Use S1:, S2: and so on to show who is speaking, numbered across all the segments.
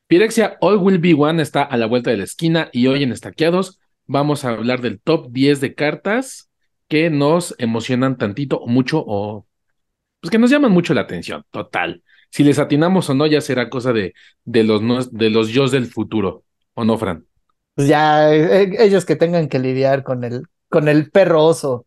S1: Pirexia All Will Be One está a la vuelta de la esquina y hoy en Estaqueados vamos a hablar del top 10 de cartas que nos emocionan tantito o mucho o pues que nos llaman mucho la atención, total. Si les atinamos o no ya será cosa de los, de los yos del futuro, ¿o no, Fran?
S2: Pues ya ellos que tengan que lidiar con el perro oso.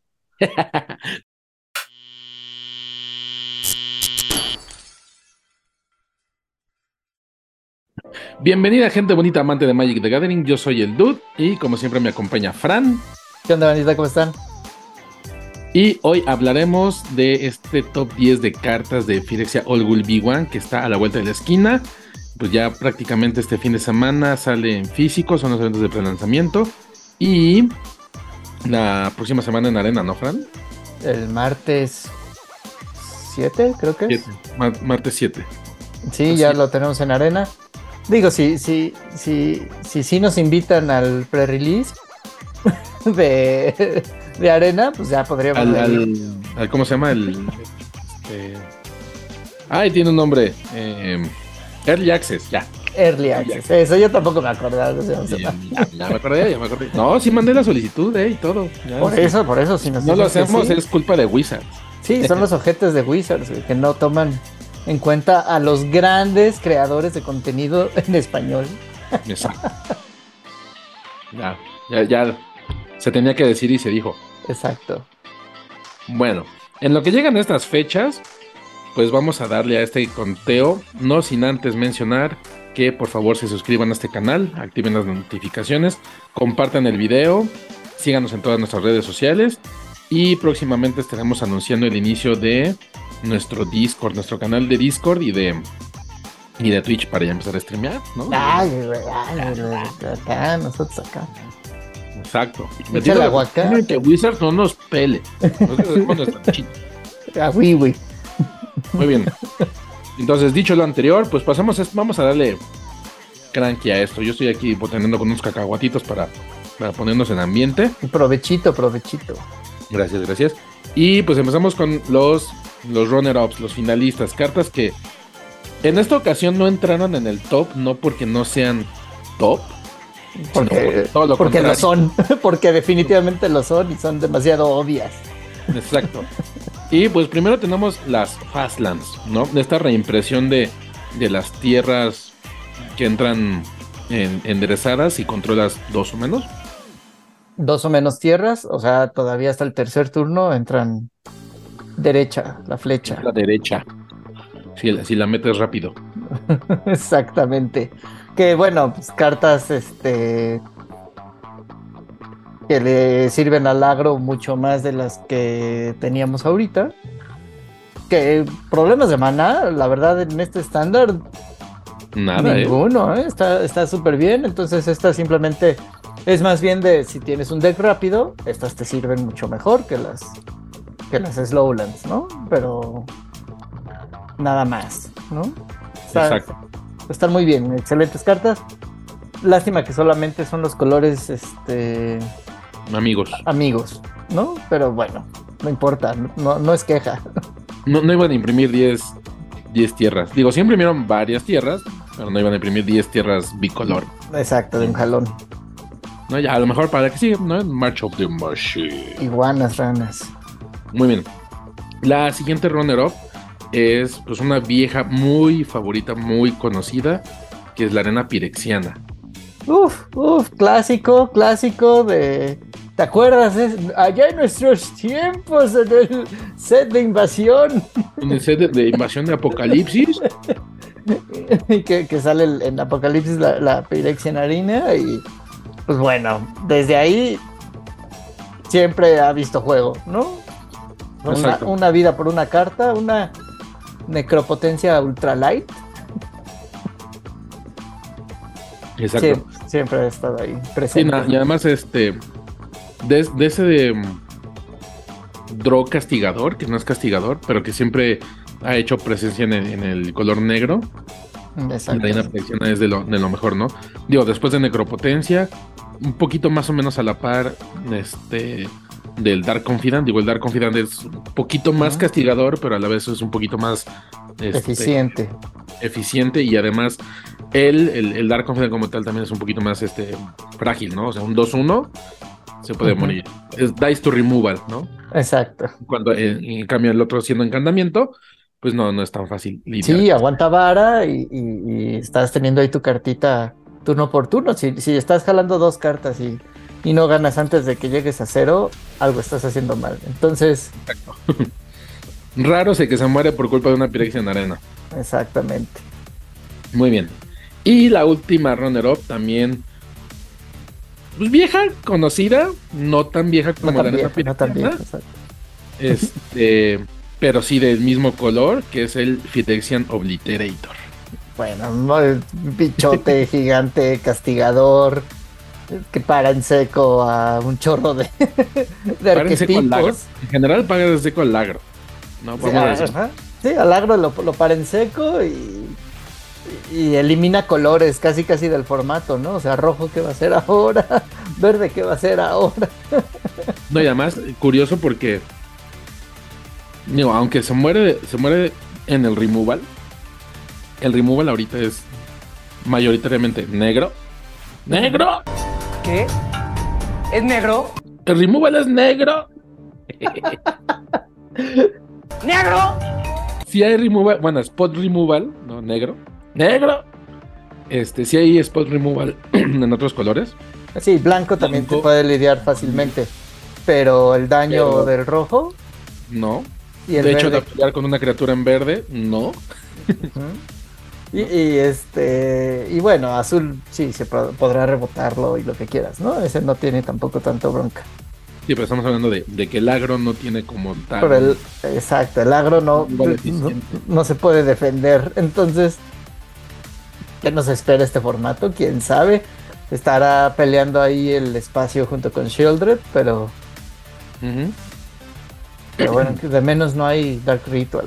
S1: Bienvenida gente bonita amante de Magic the Gathering, yo soy el Dude y como siempre me acompaña Fran.
S2: ¿Qué onda, bandita? ¿Cómo están?
S1: Y hoy hablaremos de este top 10 de cartas de Phyrexia All Will Be One que está a la vuelta de la esquina. Pues ya prácticamente este fin de semana sale en físico, son los eventos de prelanzamiento. Y la próxima semana en Arena, ¿no, Fran?
S2: El martes 7, creo que es.
S1: 7, martes 7.
S2: Sí,
S1: Así
S2: ya
S1: es.
S2: lo tenemos en arena. Digo, si nos invitan al pre-release de arena, pues ya podríamos
S1: Al,
S2: ir.
S1: al, ¿Cómo se llama? Este... Ay, tiene un nombre. Early Access, ya.
S2: Early
S1: Early
S2: Access.
S1: Access.
S2: Eso yo tampoco me acordaba de ese
S1: Ya,
S2: tema.
S1: ya me acordé, ya me acordé. No, sí mandé la solicitud, y todo. Ya, sí.
S2: Por eso, si nos
S1: No lo
S2: dicen que
S1: hacemos,
S2: sí.
S1: es culpa de Wizards.
S2: Sí, son los ojetes de Wizards, güey, que no toman en cuenta a los grandes creadores de contenido en español.
S1: Exacto. Ya se tenía que decir y se dijo.
S2: Exacto.
S1: Bueno, en lo que llegan estas fechas, pues vamos a darle a este conteo, no sin antes mencionar que por favor se suscriban a este canal, activen las notificaciones, compartan el video, síganos en todas nuestras redes sociales y próximamente estaremos anunciando el inicio de nuestro Discord, nuestro canal de Discord y de Twitch para ya empezar a streamear, ¿no?
S2: Acá, nosotros acá.
S1: Exacto.
S2: Echa el
S1: Metiendo en que
S2: aguacate.
S1: Wizards no nos pele. Es cuando está chido.
S2: Ah, oui, oui.
S1: Muy bien. Entonces, dicho lo anterior, pues vamos a darle cranky a esto. Yo estoy aquí botando con unos cacahuatitos para ponernos en ambiente.
S2: Provechito, provechito.
S1: Gracias, gracias. Y pues empezamos con los runner-ups, los finalistas. Cartas que en esta ocasión no entraron en el top, no porque no sean top, sino por todo lo
S2: Porque lo
S1: contrario.
S2: son. Porque definitivamente lo son y son demasiado obvias.
S1: Exacto. Y pues primero tenemos las Fastlands, ¿no? Esta reimpresión de las tierras que entran enderezadas y controlas dos o menos.
S2: Dos o menos tierras, o sea, todavía hasta el tercer turno entran derecha, la
S1: Es
S2: flecha.
S1: la derecha, si la metes rápido.
S2: Exactamente. Que bueno, pues cartas que le sirven al agro mucho más de las que teníamos ahorita. Que problemas de maná, la verdad, en este estándar,
S1: Nada, ¿eh?
S2: ninguno, ¿eh? Está súper bien. Entonces, esta simplemente es más bien de si tienes un deck rápido, estas te sirven mucho mejor que las Slowlands, ¿no? Pero nada más, ¿no? Está-
S1: Exacto.
S2: Están muy bien, excelentes cartas. Lástima que solamente son los colores,
S1: Amigos.
S2: amigos, ¿no? Pero bueno, no importa, no es queja.
S1: No iban a imprimir 10 tierras. Digo, sí imprimieron varias tierras, pero no iban a imprimir 10 tierras bicolor.
S2: Exacto, de un jalón.
S1: No, ya, a lo mejor para que sí, ¿no? March of the Machine.
S2: Iguanas, ranas.
S1: Muy bien. La siguiente runner-up es pues una vieja muy favorita, muy conocida, que es la arena pirexiana.
S2: Clásico, clásico de... ¿Te acuerdas? Allá en nuestros tiempos, en el set de invasión,
S1: En el set de invasión de Apocalipsis.
S2: y que sale en Apocalipsis la Pirexianarina y pues bueno, desde ahí siempre ha visto juego, ¿no? Una,
S1: Exacto,
S2: una vida por una carta, una necropotencia ultralight,
S1: exacto.
S2: siempre ha estado ahí
S1: Sí,
S2: presente.
S1: y además, de ese draw castigador, que no es castigador, pero que siempre ha hecho presencia en el color negro. La reina
S2: Exactamente.
S1: Pirexiana es de lo mejor, ¿no? Digo, después de necropotencia, un poquito más o menos a la par, del Dark Confidant. Digo, el Dark Confidant es un poquito más
S2: Ujú.
S1: castigador, pero a la vez es un poquito más, este,
S2: Eficiente.
S1: eficiente y además el Dark Confidant como tal también es un poquito más frágil, ¿no? O sea, un 2-1 se puede morir. Es dice to removal, ¿no?
S2: Exacto.
S1: Cuando en cambio el otro siendo encantamiento, pues no es tan fácil lidiar
S2: Sí,
S1: con eso.
S2: aguanta vara y estás teniendo ahí tu cartita turno por turno. Si estás jalando dos cartas y no ganas antes de que llegues a cero, algo estás haciendo mal. Entonces,
S1: Raro sé que se muere por culpa de una Pyrexia en arena.
S2: exactamente.
S1: Muy bien. Y la última runner-up también, pues vieja, conocida, no tan vieja
S2: No
S1: como la
S2: tan
S1: arena
S2: vieja, no tan vieja.
S1: pirexiana,
S2: Exacto.
S1: pero sí del mismo color, que es el Phyrexian Obliterator.
S2: Bueno, bichote gigante, castigador, que para en seco a un chorro de
S1: Paga en seco al lagro.
S2: arquetipos.
S1: En general paga en seco al lagro. No,
S2: Sí,
S1: vamos a decir.
S2: ajá. Sí, al agro lo para en seco y elimina colores casi casi del formato, ¿no? O sea, rojo, ¿qué va a ser ahora? Verde, ¿qué va a ser ahora?
S1: No, y además, curioso porque, digo, aunque se muere en el removal ahorita es mayoritariamente negro. ¡Negro!
S2: ¿Qué? ¿Es negro?
S1: El removal es negro.
S2: ¡Negro!
S1: Si hay removal, bueno, spot removal, no negro. ¡Negro! Si hay spot removal en otros colores.
S2: Sí, blanco también se
S1: Blanco,
S2: puede lidiar fácilmente, pero el daño
S1: pero
S2: del rojo
S1: no.
S2: y el
S1: De hecho, de
S2: verde.
S1: pelear con una criatura en verde, no.
S2: Ujú. Y bueno, azul sí se podrá rebotarlo y lo que quieras, ¿no? Ese no tiene tampoco tanto bronca.
S1: Sí, pero estamos hablando de que el agro no tiene como tal
S2: Pero exacto, el agro
S1: removal eficiente.
S2: no se puede defender. Entonces, ¿qué nos espera este formato? ¿Quién sabe? Estará peleando ahí el espacio junto con Shieldred,
S1: Ujú.
S2: pero bueno, que de menos no hay Dark Ritual.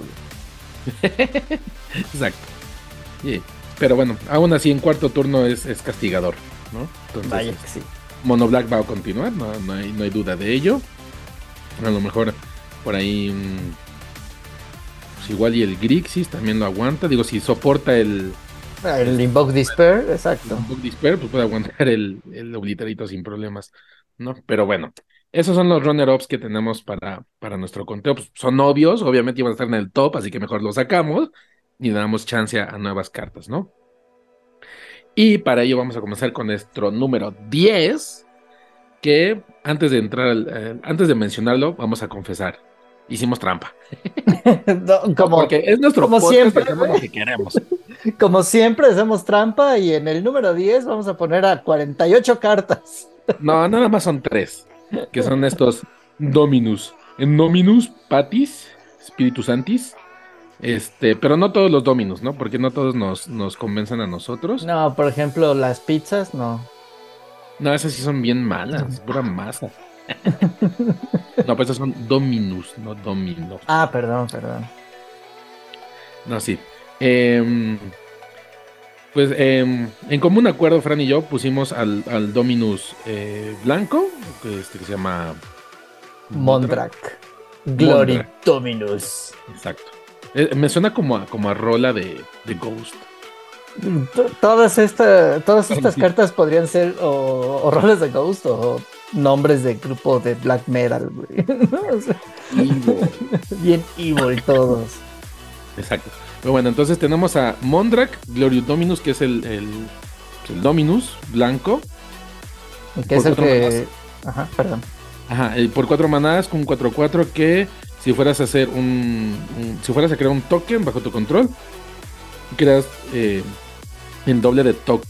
S1: Exacto. Sí. Pero bueno, aún así en cuarto turno es castigador, ¿no?
S2: Vaya
S1: Entonces,
S2: que sí.
S1: Mono Black va a continuar, no hay duda de ello. A lo mejor por ahí, pues igual y el Grixis también lo aguanta. Digo, si soporta
S2: El Invoke Despair, exacto.
S1: un Book Disper, pues puede aguantar el Obliterito sin problemas, ¿no? Pero bueno, esos son los runner-ups que tenemos para nuestro conteo. Pues son obvios, obviamente iban a estar en el top, así que mejor los sacamos y le damos chance a nuevas cartas, ¿no? Y para ello vamos a comenzar con nuestro número 10, que antes de entrar, antes de mencionarlo, vamos a confesar, hicimos trampa,
S2: No,
S1: ¿no? Porque es nuestro
S2: como
S1: podcast y
S2: siempre,
S1: hacemos lo que queremos.
S2: como siempre hacemos trampa y en el número 10 vamos a poner a 48 cartas.
S1: No, nada más son tres, que son estos Dominus. En Dominus, Patis, Spiritus Santis, pero no todos los Dominus, ¿no? Porque no todos nos convencen a nosotros.
S2: No, por ejemplo, las pizzas, no.
S1: No, esas sí son bien malas, pura masa. No, pues esas son Dominus, no Domino.
S2: Ah, perdón, perdón.
S1: No, sí. Em, pues en común acuerdo, Fran y yo pusimos al Dominus blanco, que se llama Modra.
S2: Mondrak. Glory
S1: Mondra,
S2: Dominus.
S1: exacto. Me suena como a rola de Ghost.
S2: Todas estas
S1: Sí.
S2: cartas podrían ser o roles de Ghost o nombres de grupo de black metal, güey. O sea,
S1: Evil.
S2: bien evil todos.
S1: Exacto. Pero bueno, entonces tenemos a Mondrak, Glorious Dominus, que es el Dominus blanco.
S2: Que es
S1: Por
S2: el
S1: cuatro
S2: que. Ajá, perdón.
S1: Ajá, por 4 manadas con un 4/4 que si fueras a hacer si fueras a crear un token bajo tu control, creas el doble de token.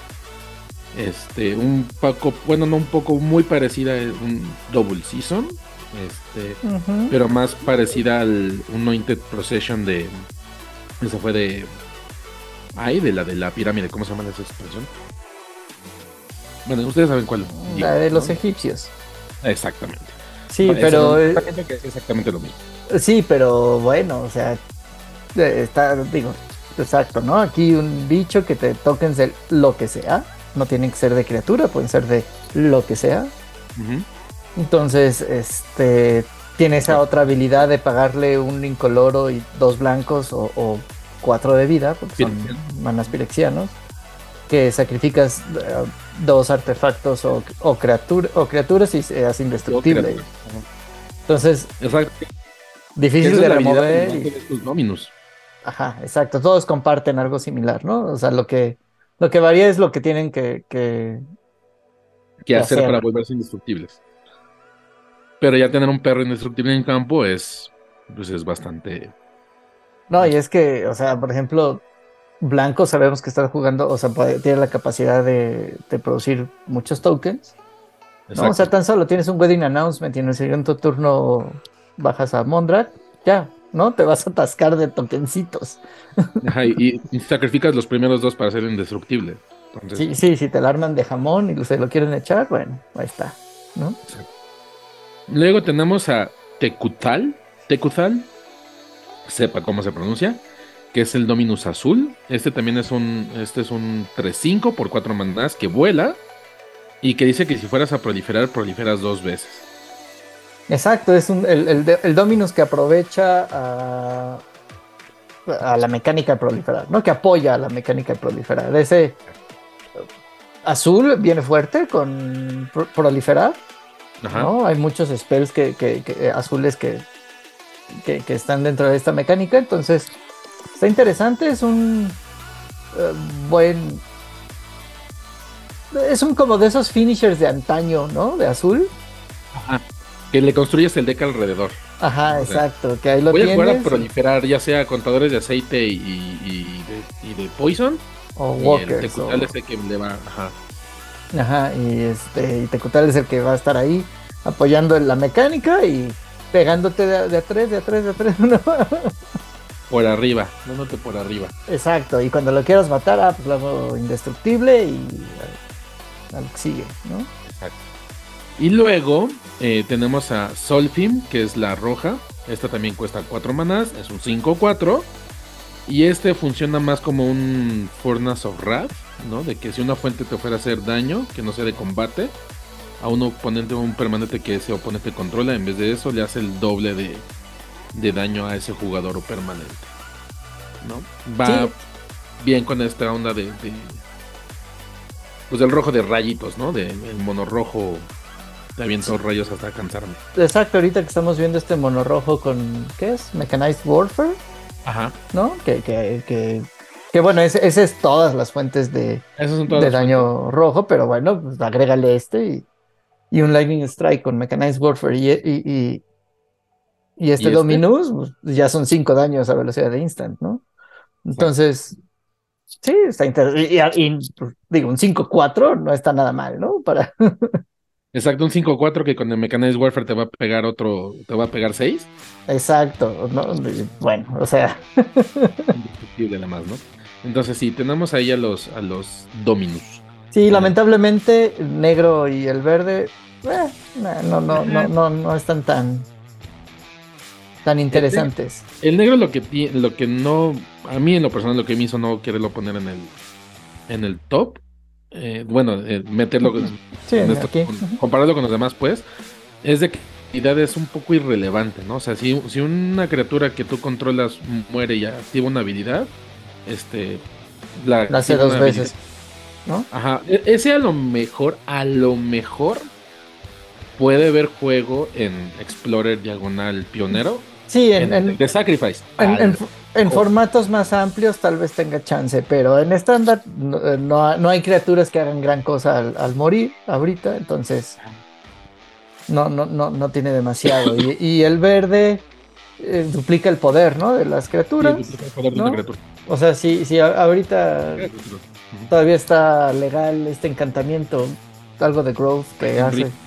S1: Un poco, bueno, no un poco, muy parecida a un Double Season,
S2: Ujú.
S1: pero más parecida al Anointed Procession esa fue de la pirámide, ¿cómo se llama esa expresión? Bueno, ustedes saben cuál digo,
S2: La de los
S1: ¿no?
S2: egipcios.
S1: Exactamente.
S2: Sí,
S1: No, ese
S2: pero.
S1: no, mucha gente que es exactamente lo mismo.
S2: Sí, pero bueno, o sea, digo, exacto, ¿no? Aquí un bicho que te toquen de lo que sea, no tienen que ser de criatura, pueden ser de lo que sea.
S1: Ujú.
S2: Entonces, tiene esa otra habilidad de pagarle un incoloro y dos blancos o cuatro de vida, porque son
S1: Pirexiano.
S2: manas pirexianos. que sacrificas dos artefactos o criaturas y se hace indestructible. Entonces,
S1: exacto.
S2: difícil
S1: Esa
S2: de
S1: es la habilidad
S2: remover.
S1: de estos Dominus.
S2: Ajá, exacto. Todos comparten algo similar, ¿no? O sea, lo que varía es lo que tienen
S1: Que
S2: que
S1: hacer para
S2: hacer.
S1: volverse indestructibles. Pero ya tener un perro indestructible en campo pues es bastante.
S2: No, y es que, o sea, por ejemplo, Blanco sabemos que está jugando, o sea, tiene la capacidad de producir muchos tokens, ¿no? O sea,
S1: Exacto.
S2: tan solo tienes un wedding announcement y en el siguiente turno bajas a Mondrak, ya, ¿no? Te vas a atascar de tokencitos.
S1: Ajá, y sacrificas los primeros dos para ser indestructible. Entonces,
S2: Sí, sí, si te la arman de jamón y se lo quieren echar, bueno, ahí está, ¿no?
S1: exacto. Luego tenemos a Tekutal. Tekutal, sepa cómo se pronuncia, que es el Dominus azul. Este es un 3/5 por 4 manás que vuela y que dice que si fueras a proliferar, proliferas dos veces.
S2: Exacto, es el Dominus que aprovecha a la mecánica de proliferar, ¿no? Que apoya a la mecánica de proliferar. Ese azul viene fuerte con proliferar,
S1: Ajá.
S2: ¿no? Hay muchos spells azules que están dentro de esta mecánica, entonces está interesante, es un eh, buen... Es un como de esos finishers de antaño, ¿no? De azul.
S1: Ajá. Que le construyes el deck alrededor.
S2: Ajá,
S1: O sea,
S2: exacto, que ahí lo
S1: voy a jugar a
S2: tienes.
S1: proliferar, ya sea contadores de aceite y de poison.
S2: O
S1: Y el
S2: walkers,
S1: Tekutal es el que le va. Ajá.
S2: ajá, y Tekutal es el que va a estar ahí apoyando en la mecánica y pegándote de a tres, de a tres, de a tres. ¿No?
S1: Por arriba. Dándote por arriba.
S2: Exacto, y cuando lo quieras matar, pues lo hago indestructible y al que sigue, ¿no?
S1: Exacto. Y luego tenemos a Solfim, que es la roja. Esta también cuesta 4 manás. Es un 5/4. Y este funciona más como un Furnace of Wrath, ¿no? De que si una fuente te fuera a hacer daño, que no sea de combate, a un oponente o un permanente que ese oponente controla, en vez de eso le hace el doble de daño a ese jugador o permanente, ¿no? Va
S2: Sí,
S1: bien con esta onda pues del rojo de rayitos, ¿no? El mono rojo te aviento rayos hasta cansarme.
S2: exacto, ahorita que estamos viendo este mono rojo con, ¿qué es? Mechanized Warfare,
S1: Ajá.
S2: ¿no? Que bueno, ese es todas las fuentes
S1: Esas son todas
S2: de
S1: las fuentes.
S2: daño rojo, pero bueno, pues agrégale este y un Lightning Strike con Mechanized Warfare y este
S1: Y este,
S2: Dominus, pues, ya son 5 daños a velocidad de instant, ¿no?
S1: exacto.
S2: Entonces, sí, está interesante. Pues, digo, un 5-4 no está nada mal, ¿no?
S1: Exacto, un 5/4 que con el Mechanized Warfare te va a pegar 6.
S2: Exacto, ¿no? Bueno, o sea,
S1: Indestructible además, ¿no? Entonces sí, tenemos ahí a los Dominus.
S2: sí,
S1: En el-
S2: lamentablemente el negro y el verde,
S1: Ajá.
S2: no están tan
S1: El, neg-
S2: interesantes.
S1: el negro lo que no, a mí en lo personal lo que me hizo no quererlo poner en el top, bueno, meterlo
S2: Sí,
S1: en esto,
S2: aquí.
S1: compararlo con los demás, pues, es de que la habilidad es un poco irrelevante, ¿no? O sea, si una criatura que tú controlas muere y activa una habilidad, este, la
S2: Lo hace
S1: activa
S2: dos
S1: una habilidad.
S2: veces, ¿no?
S1: Ajá, ese a lo mejor puede ver juego en Explorer Diagonal Pionero,
S2: Sí,
S1: en el de Sacrifice.
S2: En,
S1: A
S2: en
S1: lo
S2: f- en
S1: mejor.
S2: formatos más amplios tal vez tenga chance, pero en estándar no hay criaturas que hagan gran cosa al morir ahorita, entonces no tiene demasiado. Y el verde duplica el poder, ¿no? De las
S1: Sí,
S2: criaturas,
S1: duplica el poder de una
S2: ¿no?
S1: criatura.
S2: O sea, si ahorita
S1: Ujú.
S2: todavía está legal este encantamiento, algo de growth que
S1: Enrique.
S2: hace.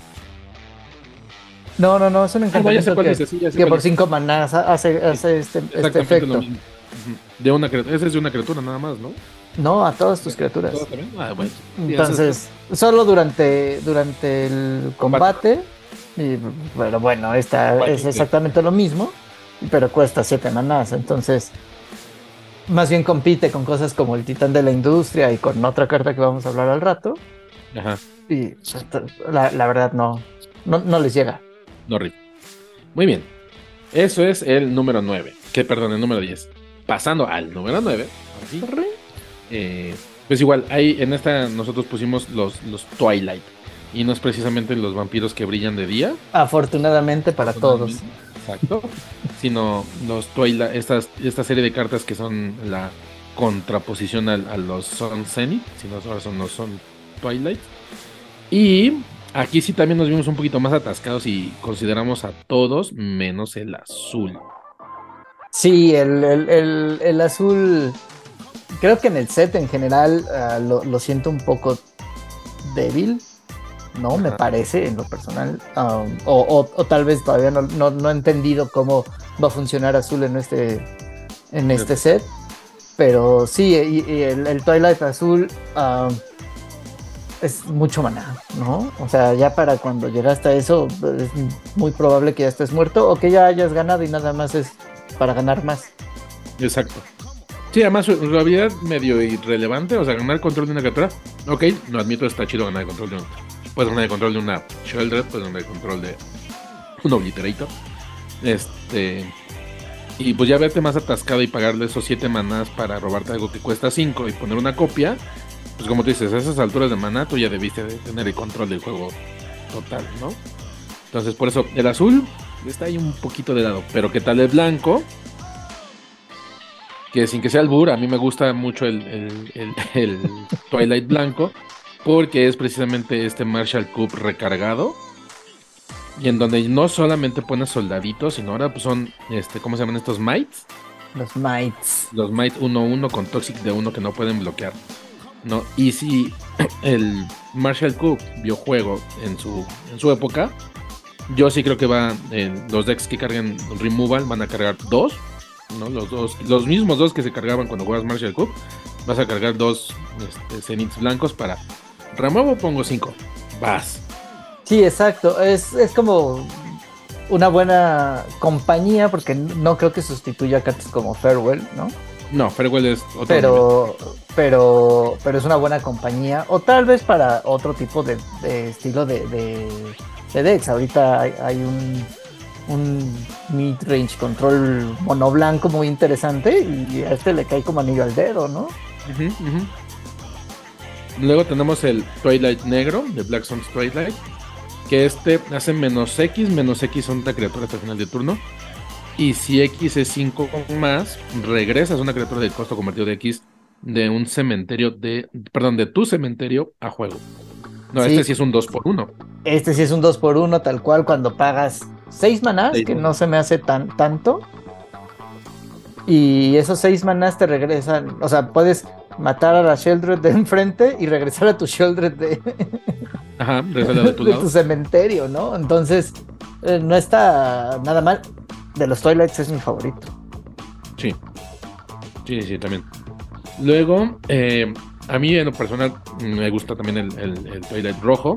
S2: No, es un
S1: Ah, no, ya sé
S2: encantamiento
S1: cuál dice, sí, ya sé
S2: que
S1: cuál
S2: por
S1: dice.
S2: 5 manás
S1: Sí,
S2: hace este
S1: exactamente lo
S2: efecto.
S1: mismo. Ujú. De una criatura. Ese es de una criatura nada más, ¿no?
S2: No, a todas tus
S1: ¿Todas
S2: criaturas.
S1: también? Ah, bueno. Sí,
S2: Entonces, solo durante el
S1: combate.
S2: combate, pero bueno, esta es
S1: Sí.
S2: exactamente lo mismo, pero cuesta 7 manás. Entonces, más bien compite con cosas como el Titán de la Industria y con otra carta que vamos a hablar al rato.
S1: Ajá,
S2: Y pues, la verdad no les llega.
S1: no rico. Muy bien. Eso es el número 9. Que perdón, el número 10. Pasando al número 9. Así. Eh, Pues igual, ahí en esta nosotros pusimos los Twilight. Y no es precisamente los vampiros que brillan de día,
S2: Afortunadamente para todos.
S1: afortunadamente, exacto, sino los Twilight, esta serie de cartas que son la contraposición a los Sun Zenith, sino ahora son los Sun Twilight. Y aquí sí también nos vimos un poquito más atascados y consideramos a todos menos el azul.
S2: Sí, el azul, creo que en el set en general lo siento un poco débil, ¿no? Me
S1: Ajá.
S2: parece en lo personal. O tal vez todavía no he entendido cómo va a funcionar azul en este set. Pero sí, y el Twilight azul es mucho maná, ¿no? O sea, ya para cuando llegaste a eso, es muy probable que ya estés muerto o que ya hayas ganado y nada más es para ganar más.
S1: Exacto. Sí, además su habilidad medio irrelevante, o sea, ganar el control de una criatura. Ok, lo admito, está chido ganar el control de una. Puedes ganar el control de una Sheldred, puedes ganar el control de un Obliterator. Y pues ya verte más atascado y pagarle esos 7 manás para robarte algo que cuesta 5 y poner una copia. Pues como tú dices, a esas alturas de maná tú ya debiste de tener el control del juego total, ¿no? Entonces por eso el azul está ahí un poquito de lado. Pero ¿qué tal el blanco? Que sin que sea albur, a mí me gusta mucho el Twilight blanco, porque es precisamente este Marshall Cup recargado, y en donde no solamente pones soldaditos, sino ahora pues son, ¿cómo se llaman estos mites?
S2: Los mites.
S1: Los mites 1-1 con Toxic de 1 que no pueden bloquear, ¿no? Y si el Marshall Cup vio juego en su época, yo sí creo que los decks que carguen Removal van a cargar dos, ¿no? Los mismos dos que se cargaban cuando juegas Marshall Cup, vas a cargar dos Zeniths blancos para remuevo, pongo 5. Vas.
S2: Sí, exacto. Es como una buena compañía porque no creo que sustituya a cartas como Farewell, ¿no?
S1: No, Farewell es otro nivel.
S2: Pero es una buena compañía. O tal vez para otro tipo de estilo de decks. Ahorita hay un mid-range control mono blanco muy interesante y a este le cae como anillo al dedo, ¿no?
S1: Ujú, ujú. Luego tenemos el Twilight negro, de Black Sun's Twilight, que hace -X son una criatura hasta el final de turno. Y si X es 5 más, regresas una criatura de costo convertido de X de un cementerio perdón, de tu cementerio a juego. No,
S2: Sí,
S1: este sí es un 2x1.
S2: este sí es un 2x1 tal cual cuando pagas 6 manás, que no se me hace tanto. Y esos 6 manás te regresan, o sea, puedes matar a la Sheldred de enfrente y regresar a tu Sheldred
S1: Ajá, regresala de tu
S2: de
S1: lado.
S2: tu cementerio, ¿no? Entonces, no está nada mal. De los Twilights es mi favorito.
S1: Sí, sí, también. Luego, a mí en lo personal me gusta también el Twilight rojo.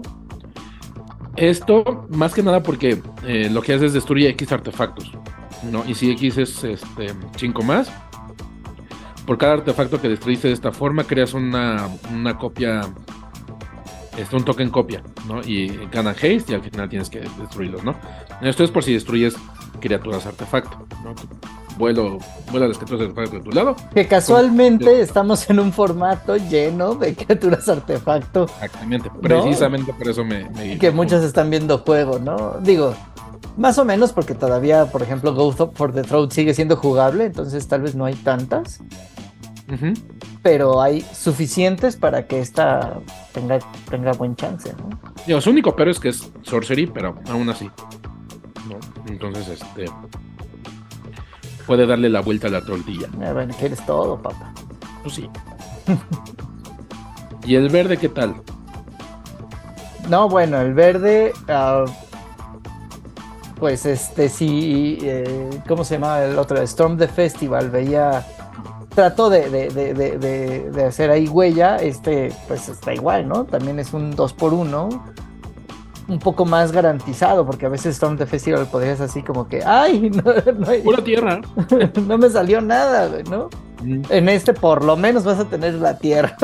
S1: Esto, más que nada porque lo que hace es destruye X artefactos, ¿no? Y si X es 5 más, por cada artefacto que destruiste de esta forma, creas una copia, un token copia, ¿no? Y ganan haste y al final tienes que destruirlos, ¿no? Esto es por si destruyes criaturas artefacto, ¿no? Vuela las criaturas artefacto de tu lado.
S2: Que casualmente estamos en un formato lleno de criaturas artefacto.
S1: Exactamente,
S2: ¿no?
S1: precisamente por eso
S2: que muchos están viendo juego, ¿no? Digo, más o menos porque todavía, por ejemplo, Go for the Throat sigue siendo jugable, entonces tal vez no hay tantas.
S1: Uh-huh.
S2: Pero hay suficientes para que esta tenga buen chance, ¿no?
S1: Digo, su único pero es que es sorcery, pero aún así, ¿no? Entonces, puede darle la vuelta a la tortilla.
S2: Bueno, quieres todo, papá.
S1: Pues sí. ¿Y el verde qué tal?
S2: No, bueno, el verde, pues sí, ¿cómo se llama el otro? Storm the Festival, trató de hacer ahí huella, pues está igual, ¿no? También es un 2x1, un poco más garantizado, porque a veces Storm the Festival podrías así como que, ¡ay! No hay,
S1: Pura tierra.
S2: no me salió nada, güey, ¿no? En por lo menos vas a tener la tierra.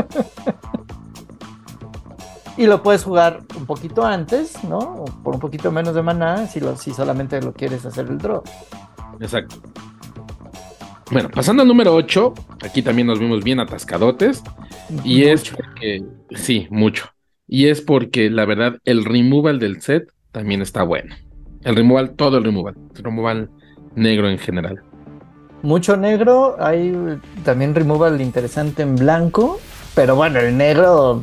S2: Y lo puedes jugar un poquito antes, ¿no? O por un poquito menos de maná, si solamente lo quieres hacer el draw.
S1: Exacto. Bueno, pasando al número 8, aquí también nos vimos bien atascadotes. Y es
S2: Mucho.
S1: porque, sí, mucho. Y es porque la verdad, el removal del set también está bueno. El removal, todo el removal negro en general.
S2: Mucho negro, hay también removal interesante en blanco, pero bueno, el negro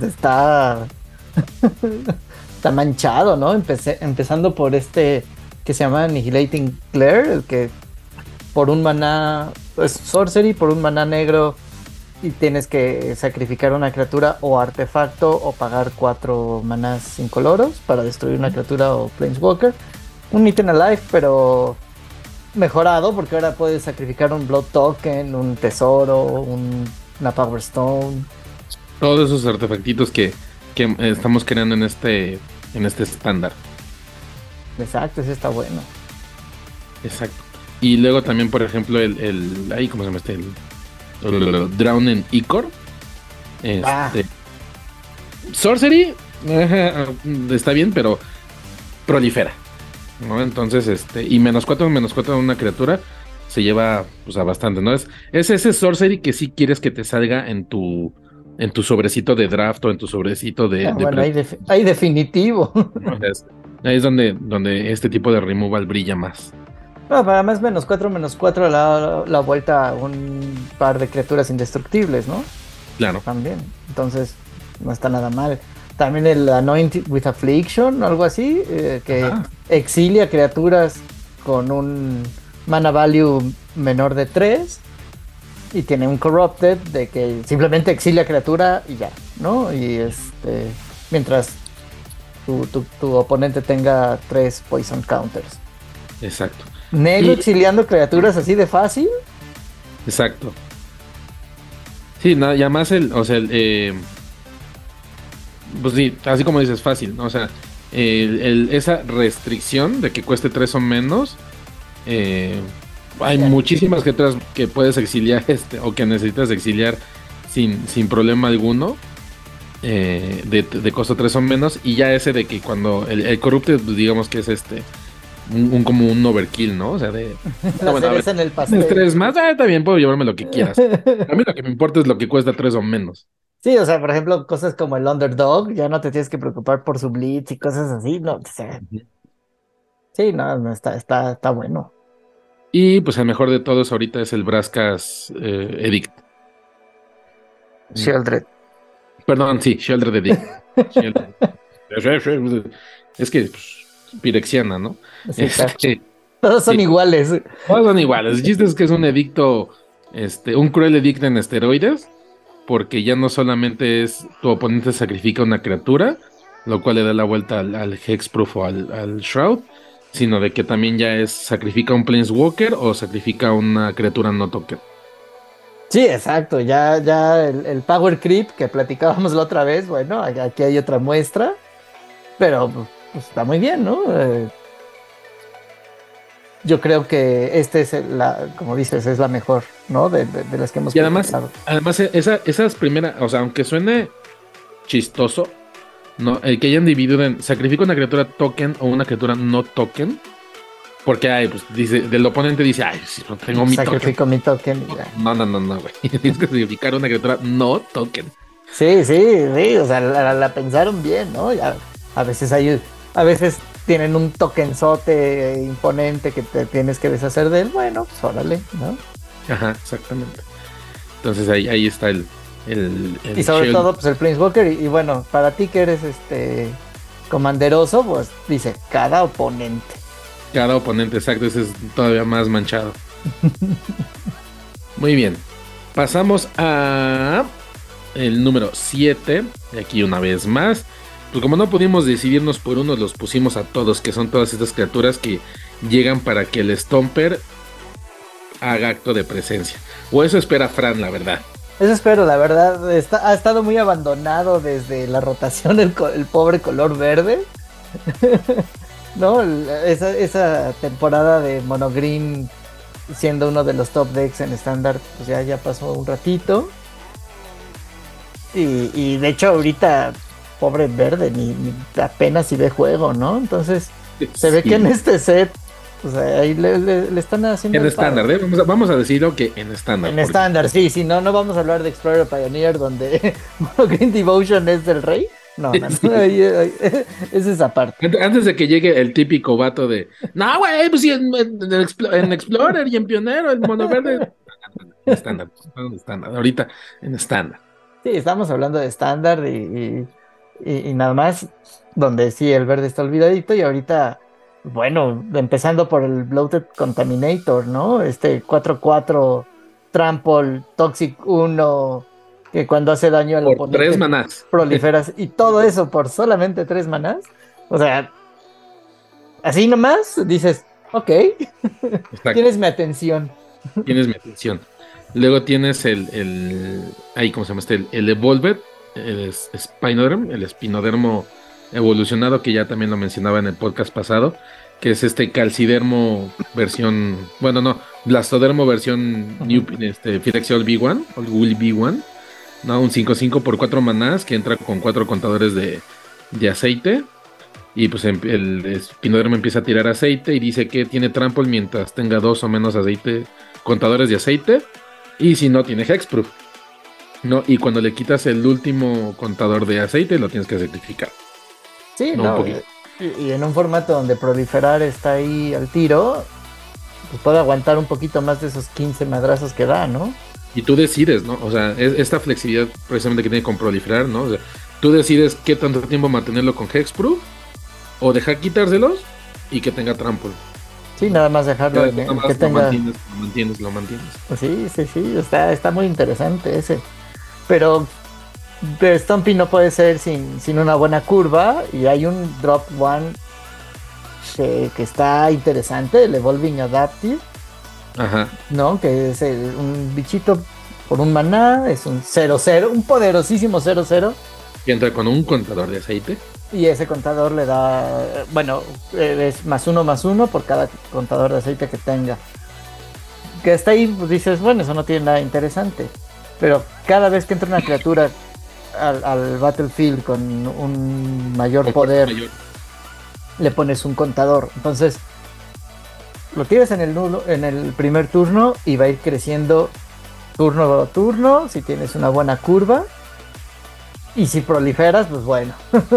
S2: está manchado, ¿no? Empezando por este que se llama Annihilating Glare, el que por un maná, es sorcery, por un maná negro y tienes que sacrificar una criatura o artefacto o pagar 4 manás incoloros para destruir una criatura o planeswalker. Un ítem alive, pero mejorado porque ahora puedes sacrificar un Blood Token, un tesoro, una Power Stone.
S1: Todos esos artefactitos que estamos creando en este estándar.
S2: Exacto, ese está bueno.
S1: Exacto. Y luego también, por ejemplo, ahí, ¿cómo se llama este? El Drown en Icor.
S2: Ah,
S1: Este, Sorcery, está bien, pero prolifera, ¿no? Entonces, y -4 de una criatura se lleva, pues, a bastante, ¿no? Es ese Sorcery que sí quieres que te salga en tu sobrecito de draft o en tu sobrecito
S2: bueno, ahí definitivo.
S1: ¿no? O sea, ahí es donde este tipo de removal brilla más.
S2: No, para más -4 la vuelta a un par de criaturas indestructibles, ¿no?
S1: Claro.
S2: También. Entonces, no está nada mal. También el Anointed with Affliction, algo así, que
S1: Ajá.
S2: exilia criaturas con un mana value menor de 3 y tiene un Corrupted de que simplemente exilia criatura y ya, ¿no? Y mientras tu oponente tenga 3 Poison Counters.
S1: Exacto.
S2: Negro
S1: Y,
S2: exiliando criaturas así de fácil.
S1: exacto. Sí, nada, y además o sea, pues sí, así como dices, fácil, ¿no? O sea, esa restricción de que cueste 3 o menos, eh, hay muchísimas criaturas que puedes exiliar, o que necesitas exiliar sin problema alguno, de costo 3 o menos, y ya ese de que cuando el Corrupted, pues digamos que es como un overkill, ¿no? O sea,
S2: La
S1: bueno, a ver,
S2: cereza en el
S1: tienes
S2: pastel.
S1: 3 más, también puedo llevarme lo que quieras. A mí lo que me importa es lo que cuesta 3 o menos.
S2: Sí, o sea, por ejemplo, cosas como el Underdog, ya no te tienes que preocupar por su blitz y cosas así, no, o sea,
S1: Ujú.
S2: sí, no, no está bueno.
S1: Y pues el mejor de todos ahorita es el Braskas Edict. Mm,
S2: Shieldred.
S1: Perdón, sí, Sheldred Edict. Sheldred. Es que, pues, Pirexiana, ¿no?
S2: Sí, claro.
S1: Este,
S2: Todos son
S1: sí,
S2: iguales.
S1: todos son iguales. El chiste es que es un edicto, un cruel edicto en esteroides, porque ya no solamente es tu oponente sacrifica una criatura, lo cual le da la vuelta al Hexproof o al Shroud, sino de que también ya es sacrifica un Planeswalker o sacrifica una criatura no token.
S2: Sí, exacto. Ya el Power Creep que platicábamos la otra vez, bueno, aquí hay otra muestra, pero pues, está muy bien, ¿no? Yo creo que es como dices, es la mejor, ¿no? De las que hemos
S1: Y además,
S2: platicado.
S1: esas primeras, o sea, aunque suene chistoso, no, el que hayan dividido en sacrifica una criatura token o una criatura no token, porque pues dice, del oponente dice, ay, si no tengo mi token.
S2: Sacrifico mi token y ya.
S1: No, güey. Tienes que sacrificar una criatura no token.
S2: Sí, sí, sí, o sea, la pensaron bien, ¿no? Ya, a veces tienen un tokenzote imponente que te tienes que deshacer de él, bueno, pues órale, ¿no?
S1: Ajá, exactamente. Entonces ahí está
S2: Y
S1: el
S2: sobre
S1: Shield.
S2: todo, pues el Planeswalker, y bueno, para ti que eres comanderoso, pues dice, cada oponente.
S1: Cada oponente, exacto, ese es todavía más manchado. Muy bien. Pasamos a el número 7. Y aquí una vez más. Pues como no pudimos decidirnos por uno, los pusimos a todos, que son todas estas criaturas que llegan para que el Stomper haga acto de presencia. O eso espera Fran, la verdad.
S2: Eso espero, la verdad, ha estado muy abandonado desde la rotación el pobre color verde. ¿No? Esa temporada de Monogreen siendo uno de los top decks en estándar, pues ya pasó un ratito. Y de hecho ahorita, pobre verde, ni apenas si ve juego, ¿no? Entonces, se ve que en
S1: Sí,
S2: este set O sea, ahí le están haciendo
S1: En
S2: el paro.
S1: estándar, ¿eh? Vamos a decirlo que en estándar.
S2: En
S1: porque-
S2: estándar, sí, no vamos a hablar de Explorer Pioneer donde Green Devotion es del rey. No,
S1: Sí.
S2: es esa parte.
S1: Antes de que llegue el típico vato de, no, güey, pues sí, en Explorer y en Pionero, el mono verde. En estándar, en estándar. Ahorita en estándar.
S2: Sí, estamos hablando de estándar y nada más, donde sí el verde está olvidadito y ahorita, bueno, empezando por el Bloated Contaminator, ¿no? Este 4-4 Trample, Toxic 1, que cuando hace daño al
S1: Por 3
S2: oponente
S1: manás.
S2: proliferas y todo eso por solamente 3 manás. O sea, así nomás dices, ok,
S1: Exacto.
S2: tienes mi atención.
S1: Tienes mi atención. Luego tienes ahí, ¿cómo se llama este? El Evolved, Spinoderm, el espinodermo evolucionado, que ya también lo mencionaba en el podcast pasado, que es este calcidermo versión, bueno, no, blastodermo versión
S2: Ujú.
S1: New, Phyrexial V1, o Woolly V1, ¿no? Un 5/5 por 4 manás que entra con 4 contadores de aceite. Y pues el espinodermo empieza a tirar aceite y dice que tiene trample mientras tenga 2 o menos aceite, contadores de aceite. Y si no, tiene hexproof, ¿no? Y cuando le quitas el último contador de aceite, lo tienes que sacrificar,
S2: Sí,
S1: ¿no? Un
S2: no,
S1: poquito.
S2: y en un formato donde proliferar está ahí al tiro, pues puede aguantar un poquito más de esos 15 madrazos que da, ¿no?
S1: Y tú decides, ¿no? O sea, esta flexibilidad precisamente que tiene con proliferar, ¿no? O sea, tú decides qué tanto tiempo mantenerlo con hexproof o dejar quitárselos y que tenga trample.
S2: Sí, nada más dejarlo
S1: Ya
S2: en
S1: nada
S2: que
S1: más lo
S2: tenga.
S1: mantienes, lo mantienes, lo mantienes.
S2: Pues sí, está muy interesante ese. Pero de Stompy no puede ser sin una buena curva. Y hay un Drop One que está interesante, el Evolving Adaptive,
S1: Ajá.
S2: ¿no? Que es un bichito por un maná, es un 0-0, un poderosísimo 0-0.
S1: Y entra con un contador de aceite.
S2: Y ese contador le da, bueno, es +1/+1 por cada contador de aceite que tenga. Que está ahí, pues dices, bueno, eso no tiene nada interesante. Pero cada vez que entra una criatura al Battlefield con un mayor
S1: Con fuerza
S2: poder,
S1: mayor.
S2: le pones un contador. Entonces, lo tienes en el primer turno y va a ir creciendo turno a turno, si tienes una buena curva. Y si proliferas, pues bueno.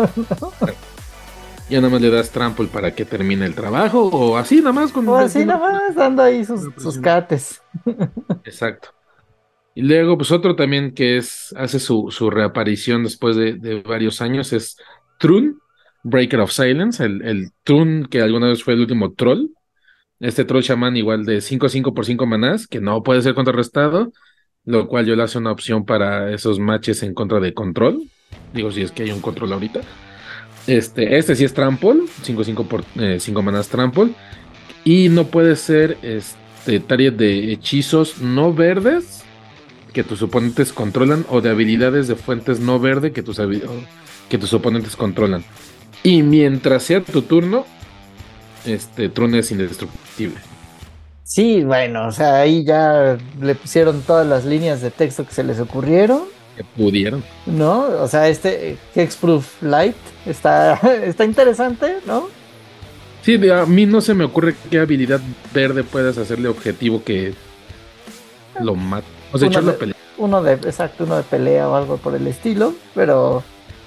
S1: Ya nada más le das trample para que termine el trabajo o así nada más
S2: O
S1: con
S2: así
S1: haciendo
S2: nomás, dando ahí
S1: una
S2: sus
S1: presión.
S2: cates.
S1: Exacto. Y luego, pues otro también que hace su reaparición después de varios años es Trun, Breaker of Silence, el Trun que alguna vez fue el último troll. Este troll chamán igual de 5/5 por 5 manás, que no puede ser contrarrestado, lo cual yo le hace una opción para esos matches en contra de control. Digo, si es que hay un control ahorita. Este sí es trample, 5/5 por 5 manás trample. Y no puede ser target de hechizos no verdes que tus oponentes controlan o de habilidades de fuentes no verde que tus oponentes controlan. Y mientras sea tu turno, Trun es indestructible.
S2: Sí, bueno, o sea, ahí ya le pusieron todas las líneas de texto que se les ocurrieron,
S1: Que pudieron.
S2: ¿no? O sea, este Hexproof Light está interesante, ¿no?
S1: Sí, a mí no se me ocurre qué habilidad verde puedas hacerle objetivo que lo mate. O sea,
S2: Uno
S1: echarlo a
S2: de,
S1: pelear.
S2: exacto, uno de pelea o algo por el estilo, pero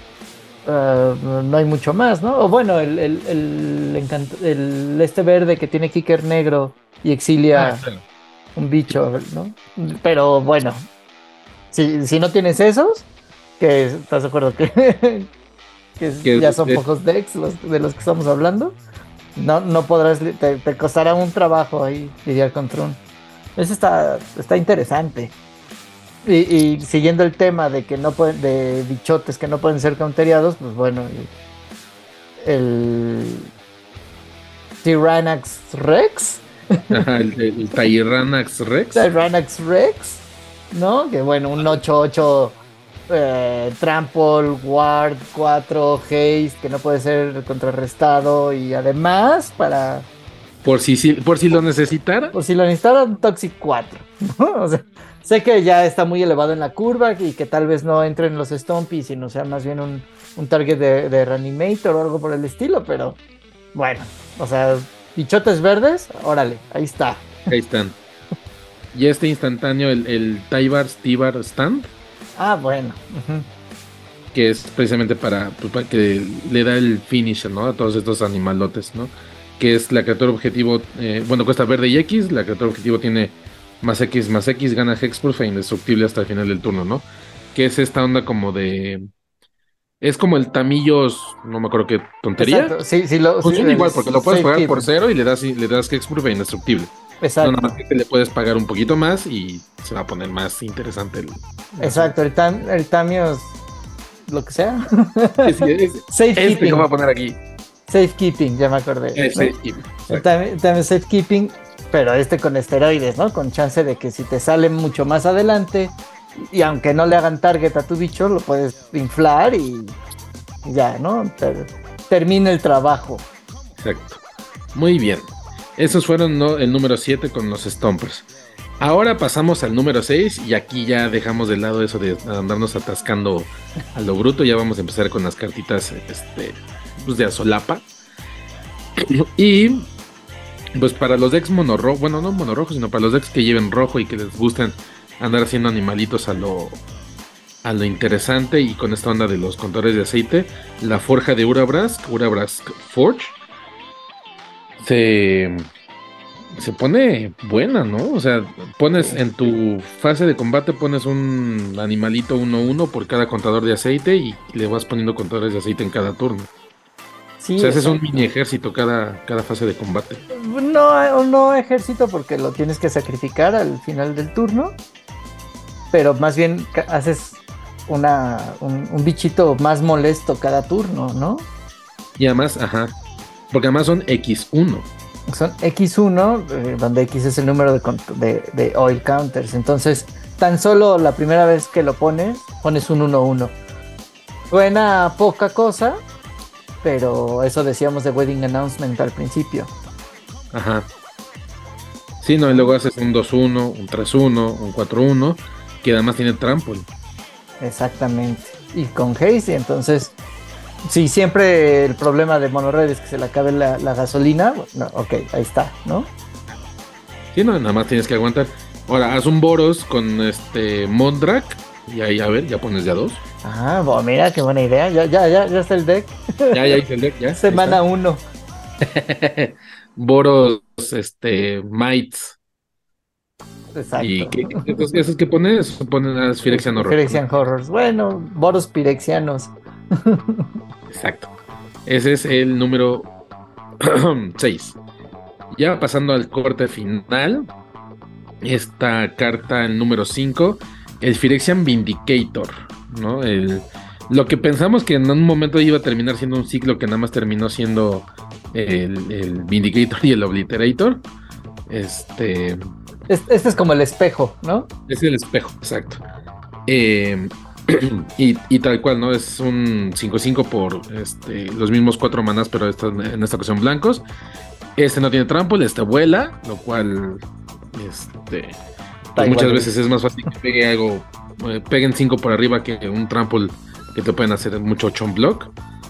S2: no hay mucho más, ¿no? O bueno, este verde que tiene kicker negro y
S1: Ah,
S2: exilia
S1: claro.
S2: un bicho, ¿no? Pero bueno, si no tienes esos, que estás de acuerdo que,
S1: Que
S2: ya son pocos decks de los que estamos hablando, no podrás, te costará un trabajo ahí lidiar con Tron. Eso está interesante. Y siguiendo el tema de que no pueden, de bichotes que no pueden ser countereados, pues bueno, el Tyrannax Rex,
S1: ajá, el Tyranax Rex.
S2: Tyrannax Rex, ¿no? Que bueno, un 8/8 Trample, Ward, 4, Haste, que no puede ser contrarrestado y además
S1: Por si lo necesitara.
S2: por si lo necesitaran, Toxic 4, ¿no? O sea, sé que ya está muy elevado en la curva y que tal vez no entre en los Stompy, sino sea más bien un target de Reanimator o algo por el estilo, pero bueno, o sea, Pichotes verdes, órale, ahí está.
S1: Ahí están. Y este instantáneo, el Tibar Stand,
S2: Ah, bueno. Ujú.
S1: que es precisamente pues, para que le da el finisher, ¿no? A todos estos animalotes, ¿no? Que es la criatura objetivo, bueno, cuesta verde y X, la criatura objetivo tiene más X, gana Hexproof e indestructible hasta el final del turno, ¿no? Que es esta onda como de... Es como el Tamillos, no me acuerdo qué tontería.
S2: Exacto, sí, sí, sí,
S1: Funciona
S2: el
S1: igual, porque lo puedes pagar por
S2: safekeeping.
S1: cero y le das Hexproof e indestructible. No, nada
S2: Exacto,
S1: más que le puedes pagar un poquito más y se va a poner más interesante el asunto.
S2: exacto, el Tamios, lo que sea.
S1: Sí, sí, este que voy
S2: Safekeeping,
S1: a poner aquí.
S2: safekeeping, ya me acordé, ¿no?
S1: Ese, exacto.
S2: El Tamios safekeeping, pero con esteroides, ¿no? Con chance de que si te sale mucho más adelante, y aunque no le hagan target a tu bicho, lo puedes inflar y ya, ¿no? Termina el trabajo.
S1: Exacto. Muy bien. Esos fueron, ¿no?, el número 7 con los Stompers. Ahora pasamos al número 6 y aquí ya dejamos de lado eso de andarnos atascando a lo bruto. Ya vamos a empezar con las cartitas pues de azolapa. Y pues para los decks monorrojo, bueno, no monorrojo, sino para los decks que lleven rojo y que les gusten andar haciendo animalitos a lo interesante y con esta onda de los contadores de aceite, la forja de Urabrask Forge, se, se pone buena, ¿no? O sea, pones en tu fase de combate, pones un animalito 1/1 por cada contador de aceite y le vas poniendo contadores de aceite en cada turno. O
S2: Sí,
S1: sea, haces un
S2: exacto.
S1: mini ejército cada fase de combate.
S2: No, no ejército porque lo tienes que sacrificar al final del turno, pero más bien haces un bichito más molesto cada turno, ¿no?
S1: Y además, ajá, porque además son X1.
S2: Son X1, donde X es el número de oil counters. Entonces, tan solo la primera vez que lo pones un 1/1. Suena poca cosa, pero eso decíamos de Wedding Announcement al principio.
S1: Ajá. Sí, no, y luego haces un 2/1, un 3/1, un 4/1, que además tiene trample.
S2: Exactamente. Y con Haze, entonces, si siempre el problema de Monored es que se le acabe la gasolina, no, ok, ahí está, ¿no?
S1: Sí, no, nada más tienes que aguantar. Ahora, haz un Boros con Mondrak, y ahí, a ver, ya pones ya dos.
S2: Ah, bueno, mira, qué buena idea. Ya está el deck.
S1: Ya hice el deck, ya, ahí
S2: Semana
S1: está.
S2: 1.
S1: Boros, Mites. ¿Y
S2: Exacto.
S1: entonces, esos que pones? Ponen las Phyrexian Horror, ¿no?
S2: Phyrexian Horrors. Bueno, Boros Pirexianos.
S1: Exacto. Ese es el número 6. Ya pasando al corte final, esta carta, el número 5, el Phyrexian Vindicator, ¿no? Lo que pensamos que en un momento iba a terminar siendo un ciclo que nada más terminó siendo el Vindicator y el Obliterator.
S2: Este es como el espejo, ¿no?
S1: Es el espejo, exacto. Eh, y tal cual, ¿no? Es un 5/5 por los mismos 4 manás, pero en esta ocasión blancos. Este no tiene trample, vuela, lo cual
S2: Está
S1: pues muchas
S2: igual.
S1: veces es más fácil que pegue algo, peguen 5 por arriba que un trample que te pueden hacer mucho chomp block.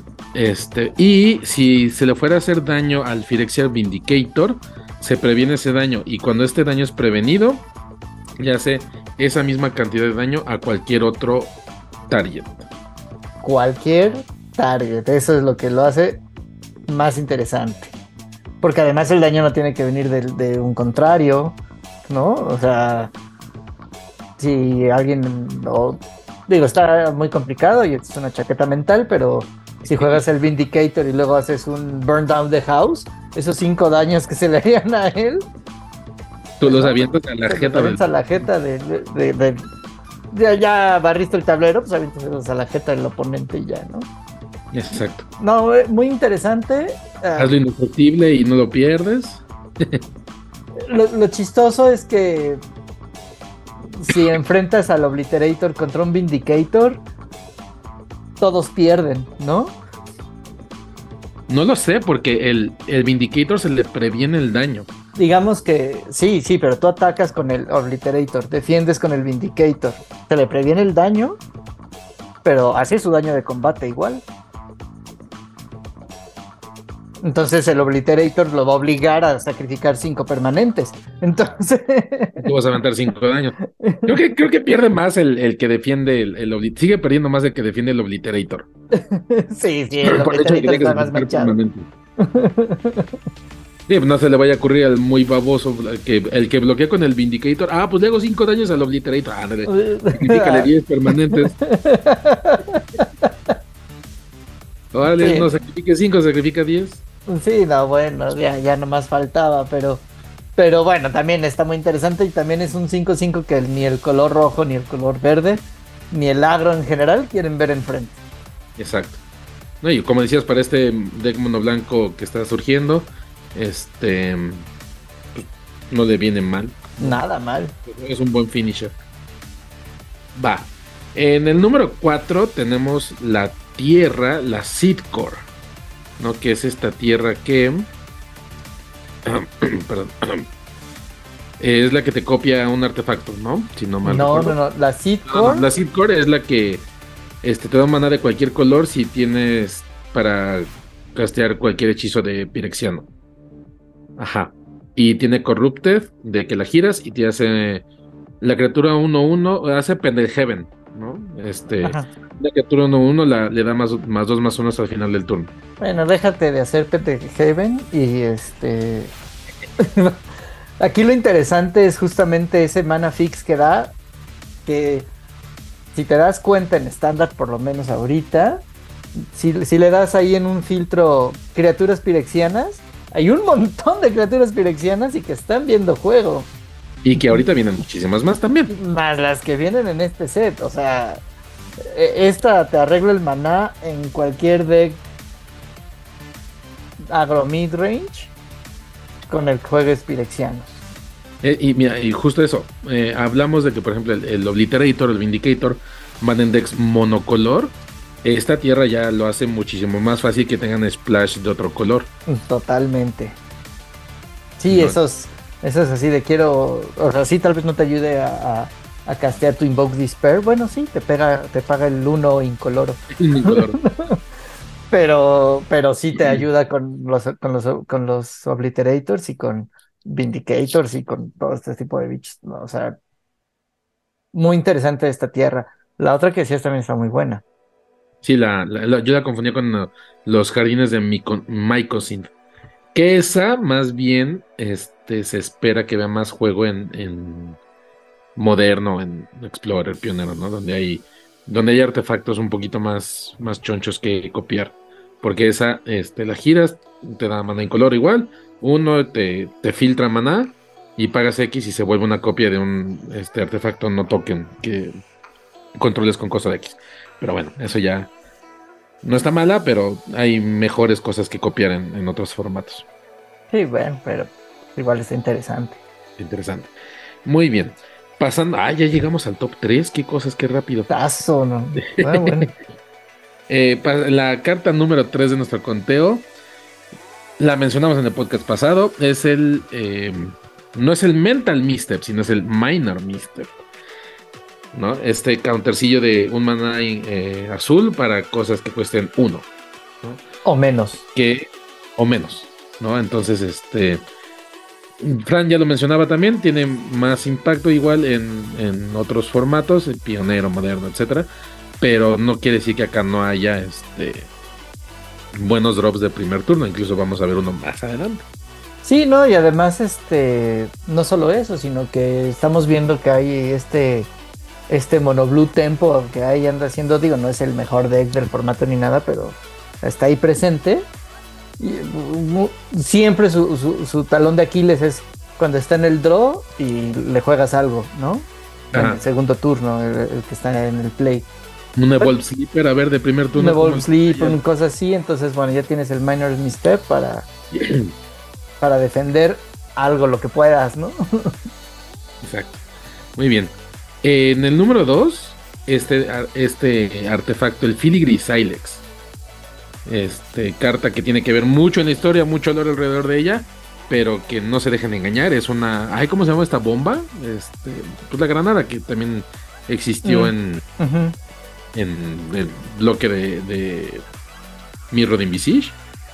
S1: Y si se le fuera a hacer daño al Phyrexian Vindicator, se previene ese daño. Y cuando este daño es prevenido, le hace esa misma cantidad de daño a cualquier otro target.
S2: Cualquier target. Eso es lo que lo hace más interesante. Porque además el daño no tiene que venir de un contrario, ¿no? O sea, si alguien digo, está muy complicado y es una chaqueta mental, pero si juegas el Vindicator y luego haces un Burn Down the House, esos 5 daños que se le harían a él,
S1: Tú
S2: pues
S1: los
S2: no,
S1: avientas a la
S2: te los
S1: jeta del...
S2: avientas a la jeta ya barriste el tablero, pues avientas a la jeta del oponente y ya, ¿no?
S1: Exacto.
S2: No, muy interesante.
S1: Hazlo indestructible y no lo pierdes.
S2: Lo chistoso es que si enfrentas al Obliterator contra un Vindicator, todos pierden, ¿no?
S1: No lo sé, porque el Vindicator se le previene el daño.
S2: Digamos que sí, pero tú atacas con el Obliterator, defiendes con el Vindicator, se le previene el daño, pero hace su daño de combate igual. Entonces el Obliterator lo va a obligar a sacrificar 5 permanentes. Entonces.
S1: Tú vas a aventar 5 daños. Creo que pierde más el que defiende sigue perdiendo más el que defiende el Obliterator.
S2: Sí, el
S1: Por el hecho de que
S2: Obliterator
S1: tenga que
S2: está más
S1: sacrificar
S2: manchado.
S1: permanente. Sí, pues no se le vaya a ocurrir al muy baboso el que bloquea con el Vindicator. Ah, pues le hago 5 daños al Obliterator. Ah, dale. Sacrifícale 10 permanentes. Órale,
S2: Sí,
S1: no sacrifique 5, sacrifica 10.
S2: sí, no, bueno, ya nomás faltaba, pero bueno, también está muy interesante y también es un 5/5 que ni el color rojo, ni el color verde, ni el agro en general quieren ver enfrente.
S1: Exacto. No, y como decías, para este deck mono blanco que está surgiendo, este pues, no le viene mal.
S2: Nada mal.
S1: Es un buen finisher. Va. En el número 4 tenemos la tierra, la Seed Core, ¿no? Que es esta tierra que perdón, es la que te copia un artefacto, ¿no? Si no mal
S2: No,
S1: recuerdo.
S2: la Seed
S1: No,
S2: Core.
S1: la Seed Core es la que te da maná de cualquier color si tienes para castear cualquier hechizo de Pirexiano. Ajá. Y tiene Corrupted, de que la giras y te hace la criatura 1/1, hace Pendelheaven, ¿no?
S2: Ajá.
S1: La criatura 1/1 le da +2/+1 al final del turno.
S2: Bueno, déjate de hacer Pet Heaven y Aquí lo interesante es justamente ese mana fix que da, que si te das cuenta en estándar, por lo menos ahorita, si le das ahí en un filtro criaturas pirexianas, hay un montón de criaturas pirexianas y que están viendo juego.
S1: Y que ahorita vienen muchísimas más también.
S2: Más las que vienen en este set. O sea, esta te arregla el maná en cualquier deck agro mid-range con el que juegues pirexianos.
S1: Y mira, y justo eso, hablamos de que, por ejemplo, el Obliterator, el Vindicator van en decks monocolor. Esta tierra ya lo hace muchísimo más fácil que tengan splash de otro color.
S2: Totalmente. Sí,
S1: No.
S2: esos así de quiero. O sea, sí, tal vez no te ayude a castear tu Invoke Despair. Bueno, sí, te paga el 1 incoloro.
S1: Incoloro.
S2: Pero sí te ayuda con los Obliterators y con Vindicators y con todo este tipo de bichos, ¿no? O sea, muy interesante esta tierra. La otra que decías también está muy buena.
S1: Sí, yo la confundía con los jardines de Mycosynth. Que esa, más bien, se espera que vea más juego en moderno, en Explorer, Pionero, ¿no? Donde hay artefactos un poquito más chonchos que copiar. Porque esa, la giras, te da maná incoloro igual. Uno te filtra maná y pagas X y se vuelve una copia de un artefacto no token que controles con cosa de X. Pero bueno, eso ya no está mala, pero hay mejores cosas que copiar en otros formatos.
S2: Sí, bueno, pero igual está interesante.
S1: Interesante. Muy bien. Pasando, ya llegamos al top 3. Qué cosas, qué rápido.
S2: Tazo, ¿no? Bueno.
S1: La carta número 3 de nuestro conteo, la mencionamos en el podcast pasado, no es el Mental Misstep, sino es el Minor Misstep, ¿no? Este countercillo de un maná azul para cosas que cuesten 1, ¿no?
S2: O menos.
S1: O menos, ¿no? Entonces, Fran ya lo mencionaba también, tiene más impacto igual en otros formatos, el pionero, moderno, etcétera, pero no quiere decir que acá no haya buenos drops de primer turno, incluso vamos a ver uno más adelante.
S2: Sí, no, y además, no solo eso, sino que estamos viendo que hay este Mono Blue Tempo que ahí anda haciendo, digo, no es el mejor deck del formato ni nada, pero está ahí presente. Y, siempre su talón de Aquiles es cuando está en el draw y le juegas algo, ¿no? En
S1: Ajá.
S2: el segundo turno, el que está en el play.
S1: Un Evolve Sleeper, a ver, de primer turno.
S2: Un Evolve Sleep,
S1: un
S2: una cosa así, entonces, bueno, ya tienes el Minor Misstep para defender algo, lo que puedas, ¿no?
S1: Exacto. Muy bien. En el número 2, este artefacto, el Filigree Silex. Carta que tiene que ver mucho en la historia, mucho olor alrededor de ella, pero que no se dejen engañar. Es una. Ay, ¿cómo se llama esta bomba? Pues la granada que también existió en el bloque de Mirror de Invisage.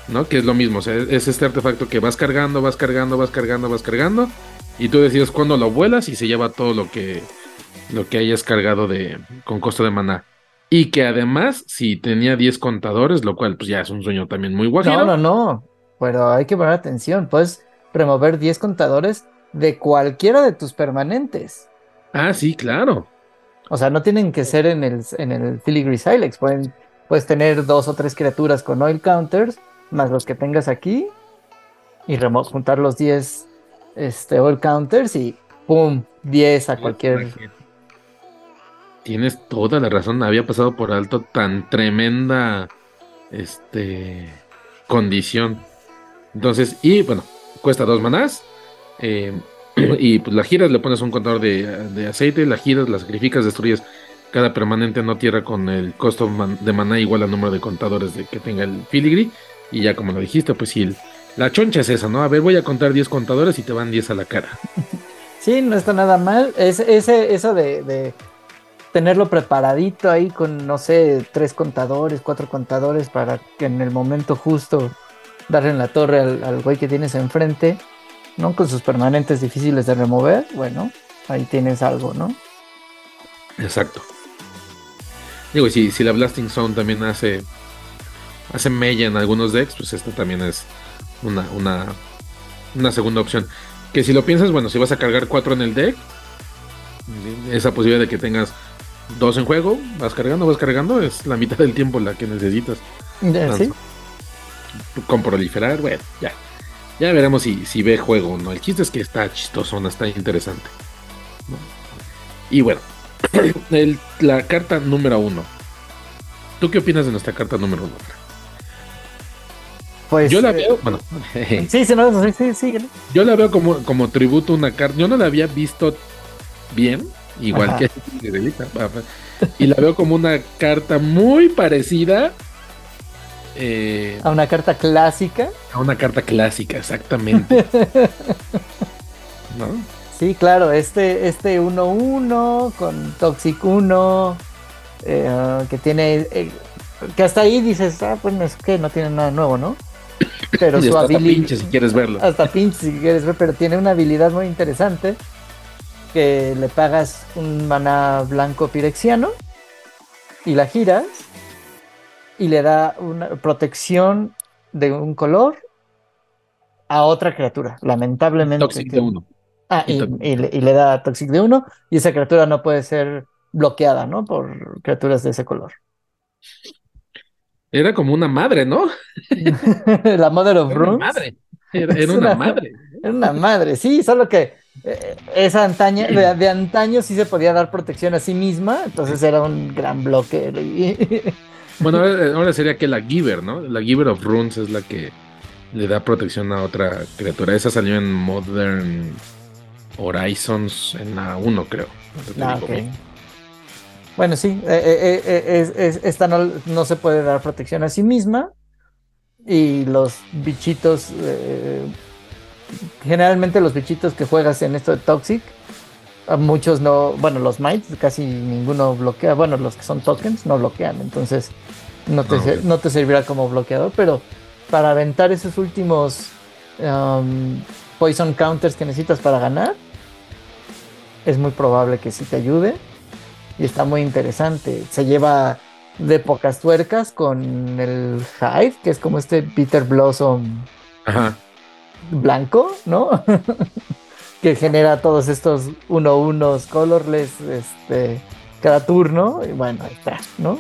S1: ¿no? Que es lo mismo, o sea, es este artefacto que vas cargando, vas cargando, vas cargando, vas cargando, y tú decides cuándo lo vuelas y se lleva todo lo que hayas cargado con costo de maná. Y que además, si tenía 10 contadores, lo cual pues ya es un sueño también muy
S2: No,
S1: guajiro.
S2: no, no. Pero hay que poner atención. Puedes remover 10 contadores de cualquiera de tus permanentes.
S1: Ah, sí, claro.
S2: O sea, no tienen que ser en el Filigree Silex. Puedes tener dos o tres criaturas con oil counters, más los que tengas aquí, y juntar los 10 oil counters y ¡pum! 10 a cualquier.
S1: Tienes toda la razón, había pasado por alto tan tremenda este condición. Entonces, y bueno, cuesta 2 manás. eh, y pues la giras, le pones un contador de aceite, la giras, la sacrificas, destruyes cada permanente no tierra con el costo de maná igual al número de contadores de que tenga el filigree. Y ya como lo dijiste, pues sí, la choncha es esa, ¿no? A ver, voy a contar 10 contadores y te van 10 a la cara.
S2: Sí, no está nada mal. Eso de tenerlo preparadito ahí con, no sé, tres contadores, cuatro contadores para que en el momento justo darle en la torre al güey que tienes enfrente, ¿no? Con sus permanentes difíciles de remover, bueno, ahí tienes algo, ¿no?
S1: Exacto. Digo, y si la Blasting Zone también hace mella en algunos decks, pues esta también es una, una, una segunda opción. Que si lo piensas, bueno, si vas a cargar 4 en el deck, esa posibilidad de que tengas 2 en juego, vas cargando, es la mitad del tiempo la que necesitas.
S2: Sí.
S1: Con proliferar, bueno, ya. Ya veremos si ve juego o no. El chiste es que está chistoso, no está interesante, ¿no? Y bueno, la carta número 1. ¿Tú qué opinas de nuestra carta número 1? Yo
S2: Pues,
S1: la veo, bueno,
S2: sí, sí, no, sí, sí, sí, ¿no?
S1: yo la veo como tributo a una carta. Yo no la había visto bien, igual
S2: Ajá.
S1: que Delita, y la veo como una carta muy parecida
S2: A una carta clásica.
S1: a una carta clásica, exactamente, ¿no?
S2: Sí, claro, este 1-1 con Toxic 1, que tiene, que hasta ahí dices, pues es que no tiene nada nuevo, ¿no? Pero
S1: Y
S2: su
S1: está hasta
S2: habilidad,
S1: pinche si quieres verlo.
S2: hasta pinche si quieres ver, pero tiene una habilidad muy interesante que le pagas un maná blanco pirexiano y la giras y le da una protección de un color a otra criatura, lamentablemente.
S1: Toxic de uno. Y
S2: Y le da Toxic de uno y esa criatura no puede ser bloqueada, ¿no? Por criaturas de ese color.
S1: era como una madre, ¿no?
S2: La Mother of
S1: Era una
S2: Runes
S1: madre. Era
S2: es
S1: una madre.
S2: era una madre, sí, solo que esa antaña, de antaño sí se podía dar protección a sí misma, entonces era un gran bloque.
S1: Bueno, ahora sería que la Giver, ¿no? La Giver of Runes es la que le da protección a otra criatura. Esa salió en Modern Horizons en la uno, creo. Ahorita te
S2: Ah,
S1: digo
S2: ok.
S1: bien.
S2: Bueno, sí, esta no se puede dar protección a sí misma y los bichitos, generalmente los bichitos que juegas en esto de Toxic, a muchos no, bueno, los mites casi ninguno bloquea, bueno, los que son tokens no bloquean, entonces
S1: Ah, ok.
S2: no te servirá como bloqueador, pero para aventar esos últimos poison counters que necesitas para ganar, es muy probable que sí te ayude y está muy interesante. Se lleva de pocas tuercas con el Hive, que es como este Bitter Blossom
S1: Ajá.
S2: blanco, ¿no? Que genera todos estos 1/1 colorless cada turno. Y bueno, ahí está, ¿no?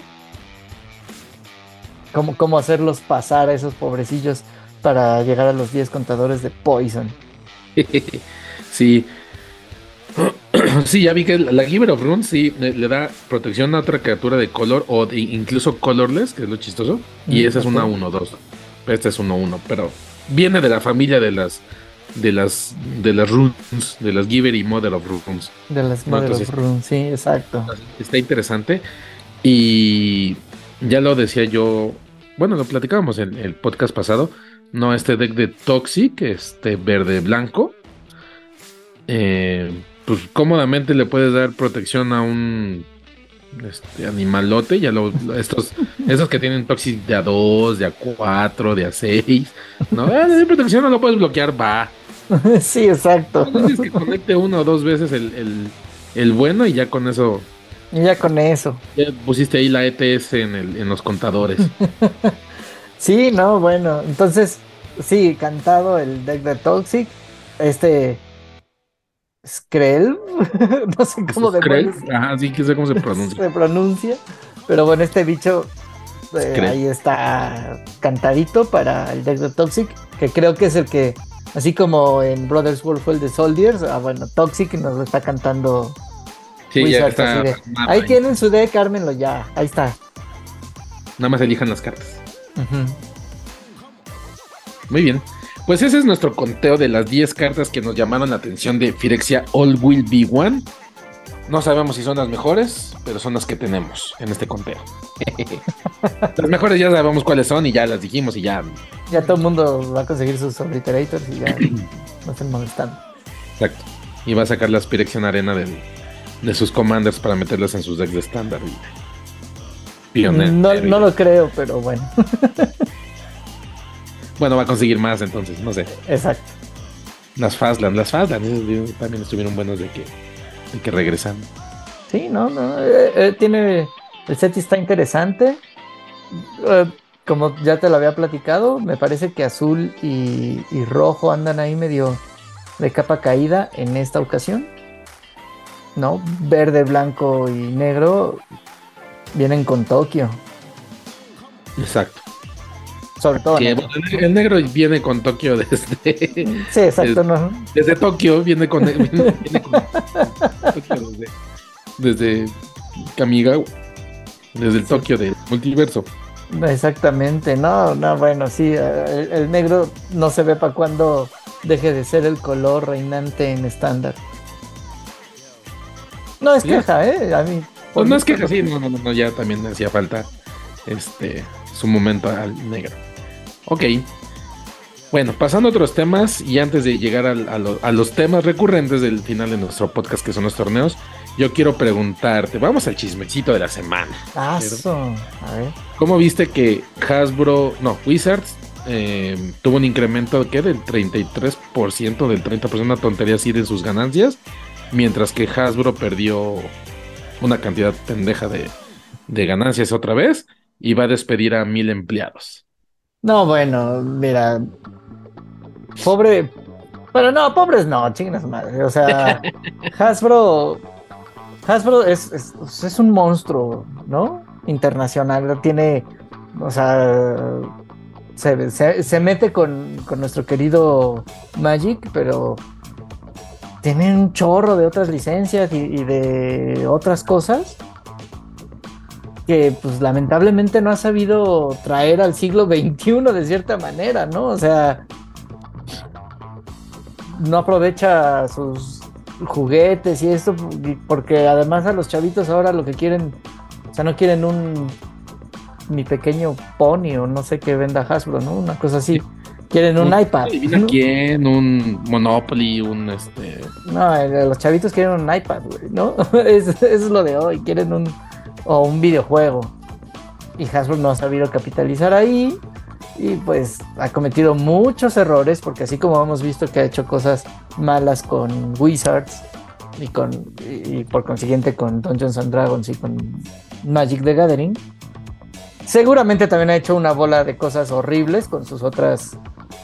S2: Cómo hacerlos pasar a esos pobrecillos para llegar a los 10 contadores de Poison.
S1: Sí, sí, ya vi que la Giver of Runes sí le da protección a otra criatura de color o incluso colorless, que es lo chistoso. Y esa es
S2: Ok.
S1: una 1-2. Esta es 1-1, pero viene de la familia de las runes, de las Giver y Mother of Runes,
S2: De las
S1: ¿no?
S2: Mother of
S1: Entonces
S2: Runes, sí, exacto.
S1: está interesante. Y ya lo decía yo, bueno, lo platicábamos en el podcast pasado, no, este deck de Toxic, este verde blanco, pues cómodamente le puedes dar protección a un animalote, estos que tienen Toxic de A2, de A4, de A6, ¿no? De protección no lo puedes bloquear, va.
S2: Sí, exacto.
S1: Tienes que conecte una o dos veces el bueno y ya con eso.
S2: Y ya con eso.
S1: Ya pusiste ahí la ETS en los contadores.
S2: Sí, no, bueno, entonces, sí, cantado el deck de Toxic, este Skrell, no sé
S1: ¿Eso
S2: cómo
S1: es Krell?
S2: demonios
S1: Ajá, sí, que sé cómo se pronuncia.
S2: se pronuncia, pero bueno, este bicho
S1: Skrell.
S2: ahí está cantadito para el deck de Toxic, que creo que es el que, así como en Brothers War fue el de Soldiers, bueno, Toxic nos lo está cantando
S1: Sí, ya
S2: Wizards, así
S1: está.
S2: de, ahí tienen su deck, ármenlo ya, ahí está.
S1: Nada más elijan las cartas.
S2: Ujú.
S1: Muy bien. Pues ese es nuestro conteo de las 10 cartas que nos llamaron la atención de Phyrexia All Will Be One. No sabemos si son las mejores, pero son las que tenemos en este conteo. Las mejores ya sabemos cuáles son y ya las dijimos y ya.
S2: Ya todo el mundo va a conseguir sus Obliterators y ya no estén molestando.
S1: Exacto. Y va a sacar la Phyrexian Arena de sus commanders para meterlas en sus decks de estándar.
S2: No lo creo, pero bueno.
S1: Bueno, va a conseguir más entonces, no sé.
S2: Exacto.
S1: Las Fastland también estuvieron buenos de que regresan.
S2: Sí, no. Tiene. El set está interesante. Como ya te lo había platicado, me parece que azul y rojo andan ahí medio de capa caída en esta ocasión. ¿No? Verde, blanco y negro vienen con Tokio.
S1: Exacto.
S2: Sobre todo.
S1: Que, bueno, el negro viene con Tokio desde.
S2: Sí, exacto, ¿no?
S1: Desde Tokio viene con Tokio desde Kamigawa. Desde el Tokio del multiverso.
S2: Exactamente, no, bueno, sí, el negro no se ve para cuando deje de ser el color reinante en estándar. No es queja, a mí.
S1: Pues no es queja, sí, no, ya también hacía falta su momento al negro. Ok. Bueno, pasando a otros temas y antes de llegar a los temas recurrentes del final de nuestro podcast, que son los torneos, yo quiero preguntarte, vamos al chismecito de la semana.
S2: A ver.
S1: ¿Cómo viste que Wizards tuvo un incremento del 33%, del 30%, una tontería así de sus ganancias, mientras que Hasbro perdió una cantidad pendeja de ganancias otra vez y va a despedir a 1,000 empleados?
S2: No, bueno, mira, pobre, pero no, pobres no, chingas madre, o sea, Hasbro es un monstruo, ¿no? Internacional, tiene, o sea, se mete con nuestro querido Magic, pero tiene un chorro de otras licencias y de otras cosas que pues lamentablemente no ha sabido traer al siglo XXI de cierta manera, ¿no? O sea, no aprovecha sus juguetes y esto, porque además a los chavitos ahora lo que quieren, o sea, no quieren mi pequeño pony o no sé qué venda Hasbro, ¿no? Una cosa así. Quieren un iPad.
S1: ¿No? ¿Quién? Un Monopoly,
S2: No, los chavitos quieren un iPad, güey, ¿no? Es lo de hoy, quieren un videojuego. Y Hasbro no ha sabido capitalizar ahí. Y pues ha cometido muchos errores, porque así como hemos visto que ha hecho cosas malas con Wizards y por consiguiente con Dungeons and Dragons y con Magic the Gathering, seguramente también ha hecho una bola de cosas horribles con sus otras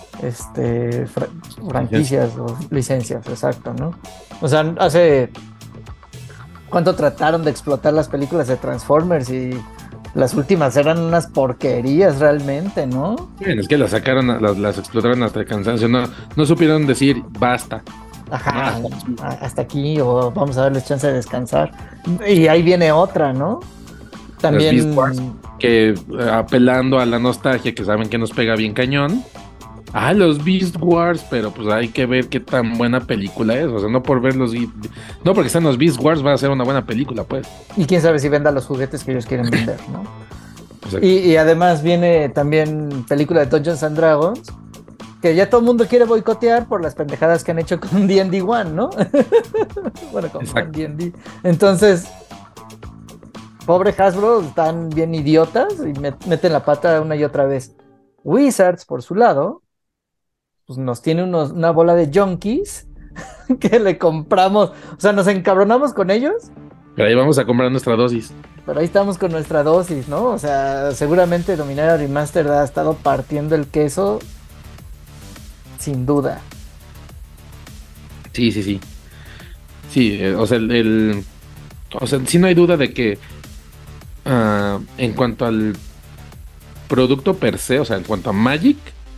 S2: franquicias o licencias, exacto, ¿no? O sea, ¿cuánto trataron de explotar las películas de Transformers y las últimas eran unas porquerías realmente, ¿no?
S1: Bueno, es que las sacaron, las explotaron hasta el cansancio, no supieron decir basta.
S2: Ajá, hasta aquí, o vamos a darles chance de descansar. Y ahí viene otra, ¿no? También.
S1: Las Beast Wars, que apelando a la nostalgia, que saben que nos pega bien cañón. Los Beast Wars, pero pues hay que ver qué tan buena película es. O sea, no porque están los Beast Wars va a ser una buena película, pues.
S2: Y quién sabe si venda los juguetes que ellos quieren vender, ¿no?
S1: Exacto.
S2: Y además viene también película de Dungeons and Dragons, que ya todo el mundo quiere boicotear por las pendejadas que han hecho con D&D One, ¿no? Bueno, con D&D. Entonces, Pobre Hasbro, están bien idiotas y meten la pata una y otra vez. Wizards, por su lado, pues nos tiene una bola de junkies que le compramos, o sea, nos encabronamos con ellos,
S1: Pero ahí vamos a comprar nuestra dosis.
S2: pero ahí estamos con nuestra dosis, ¿no? O sea, seguramente Dominaria Remastered ha estado partiendo el queso sin duda.
S1: Sí, sí, sí. Sí, o sea, o sea, sí no hay duda de que en cuanto al producto per se, o sea, en cuanto a Magic,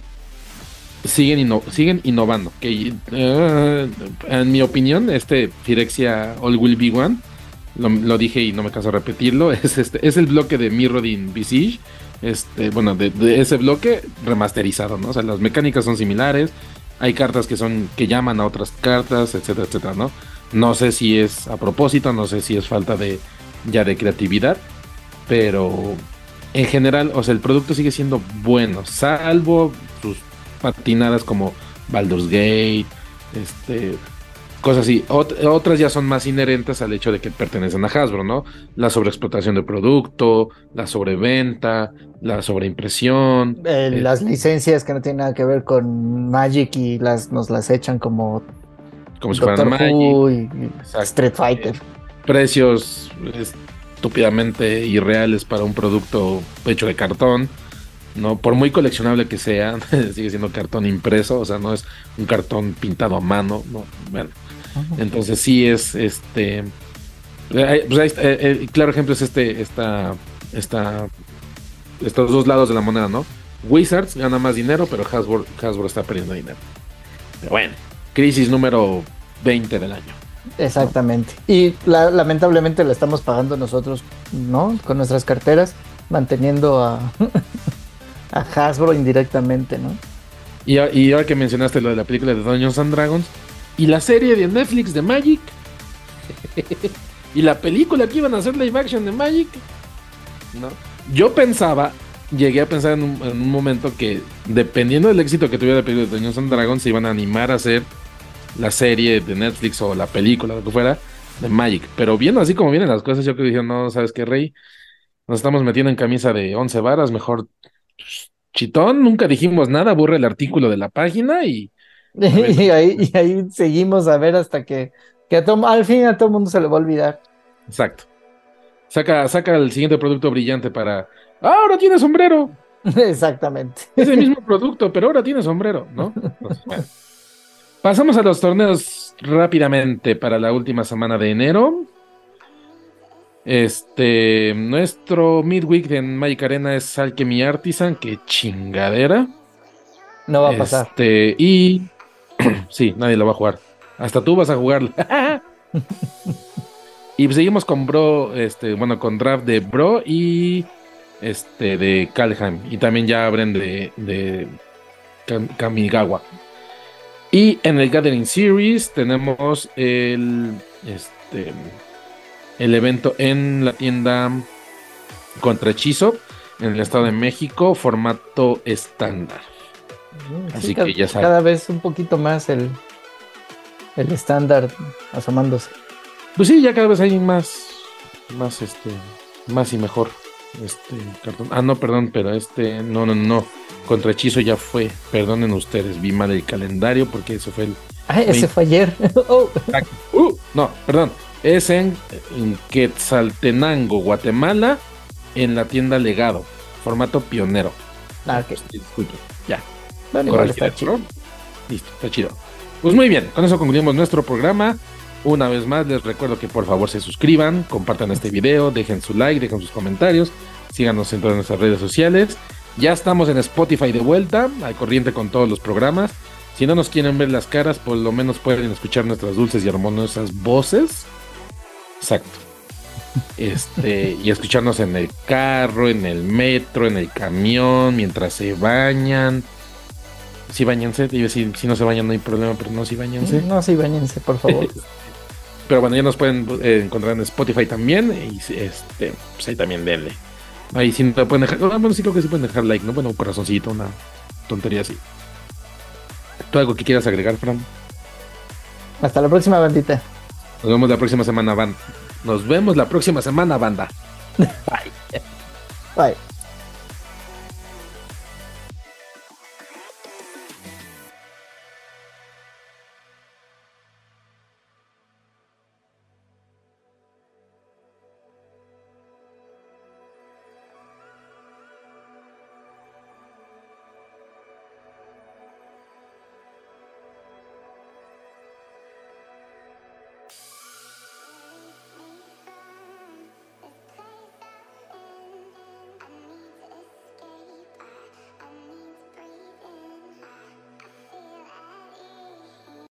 S1: siguen innovando. Que, en mi opinión, Phyrexia All Will Be One, lo dije y no me canso de repetirlo, es el bloque de Mirrodin Visage, bueno, de ese bloque remasterizado, ¿no? O sea, las mecánicas son similares, hay cartas que llaman a otras cartas, etcétera, etcétera, ¿no? No sé si es a propósito, no sé si es falta de creatividad, pero en general, o sea, el producto sigue siendo bueno, salvo sus patinadas como Baldur's Gate, este, cosas así. Otras ya son más inherentes al hecho de que pertenecen a Hasbro, ¿no? La sobreexplotación del producto, la sobreventa, la sobreimpresión,
S2: Las licencias que no tienen nada que ver con Magic y nos las echan como
S1: como si fueran
S2: Doctor
S1: Magic,
S2: Who y
S1: exacto.
S2: Street Fighter.
S1: Precios estúpidamente irreales para un producto hecho de cartón. No, por muy coleccionable que sea, sigue siendo cartón impreso, o sea, no es un cartón pintado a mano, no, bueno,
S2: Ujú.
S1: entonces sí es pues claro ejemplo es esta, estos dos lados de la moneda, ¿no? Wizards gana más dinero, pero Hasbro está perdiendo dinero. Pero bueno, crisis número 20 del año, ¿no?
S2: Exactamente. Y lamentablemente la estamos pagando nosotros, ¿no? Con nuestras carteras, manteniendo a Hasbro indirectamente, ¿no?
S1: Y ahora que mencionaste lo de la película de Dungeons and Dragons y la serie de Netflix de Magic y la película que iban a hacer live action de Magic, ¿no? Yo pensaba, llegué a pensar en un momento que dependiendo del éxito que tuviera la película de Dungeons and Dragons se iban a animar a hacer la serie de Netflix o la película, lo que fuera, de Magic. Pero viendo así como vienen las cosas, yo creo que dije, no, ¿sabes qué, Rey? Nos estamos metiendo en camisa de 11 varas, mejor chitón, nunca dijimos nada, borra el artículo de la página y a ver.
S2: Y ahí seguimos a ver hasta que al fin a todo el mundo se le va a olvidar.
S1: Exacto. Saca el siguiente producto brillante para. ¡Ah, ahora tiene sombrero!
S2: Exactamente.
S1: Es el mismo producto, pero ahora tiene sombrero, ¿no? Entonces, bueno. Pasamos a los torneos rápidamente para la última semana de enero. Nuestro midweek en Magic Arena es Alchemy Artisan, qué chingadera.
S2: No va a pasar.
S1: Y sí, nadie lo va a jugar. Hasta tú vas a jugarlo. Y seguimos con Bro, bueno, con draft de Bro y de Calheim. Y también ya abren de Kamigawa. Y en el Gathering Series tenemos el evento en la tienda contra Hechizo en el Estado de México, formato estándar.
S2: Sí,
S1: Así que ya sabes.
S2: cada vez un poquito más el estándar asomándose.
S1: Pues sí, ya cada vez hay más y mejor cartón. Ah, no, perdón, pero no. Contra Hechizo ya fue. Perdonen ustedes, vi mal el calendario porque eso fue el
S2: Ah, ese
S1: 20.
S2: fue ayer. Oh.
S1: No, perdón. Es en Quetzaltenango, Guatemala, en la tienda Legado, formato pionero.
S2: Ah, ok.
S1: Disculpe, ya.
S2: Bueno, igual
S1: Corregido,
S2: está chido.
S1: ¿no? Listo, está chido. Pues muy bien, con eso concluimos nuestro programa. Una vez más, les recuerdo que por favor se suscriban, compartan este video, dejen su like, dejen sus comentarios, síganos en todas nuestras redes sociales. Ya estamos en Spotify de vuelta, al corriente con todos los programas. Si no nos quieren ver las caras, por lo menos pueden escuchar nuestras dulces y armoniosas voces. Exacto. Y escucharnos en el carro, en el metro, en el camión, mientras se bañan. Si bañense, si no se bañan no hay problema, pero no, si bañense.
S2: No, sí, bañense, por favor.
S1: Pero bueno, ya nos pueden encontrar en Spotify también. Y pues ahí también denle. Ahí sí no pueden dejar. Bueno, sí creo que sí pueden dejar like, ¿no? Bueno, un corazoncito, una tontería así. ¿Tú algo que quieras agregar, Fran?
S2: Hasta la próxima, bandita.
S1: Nos vemos la próxima semana, banda.
S2: Bye.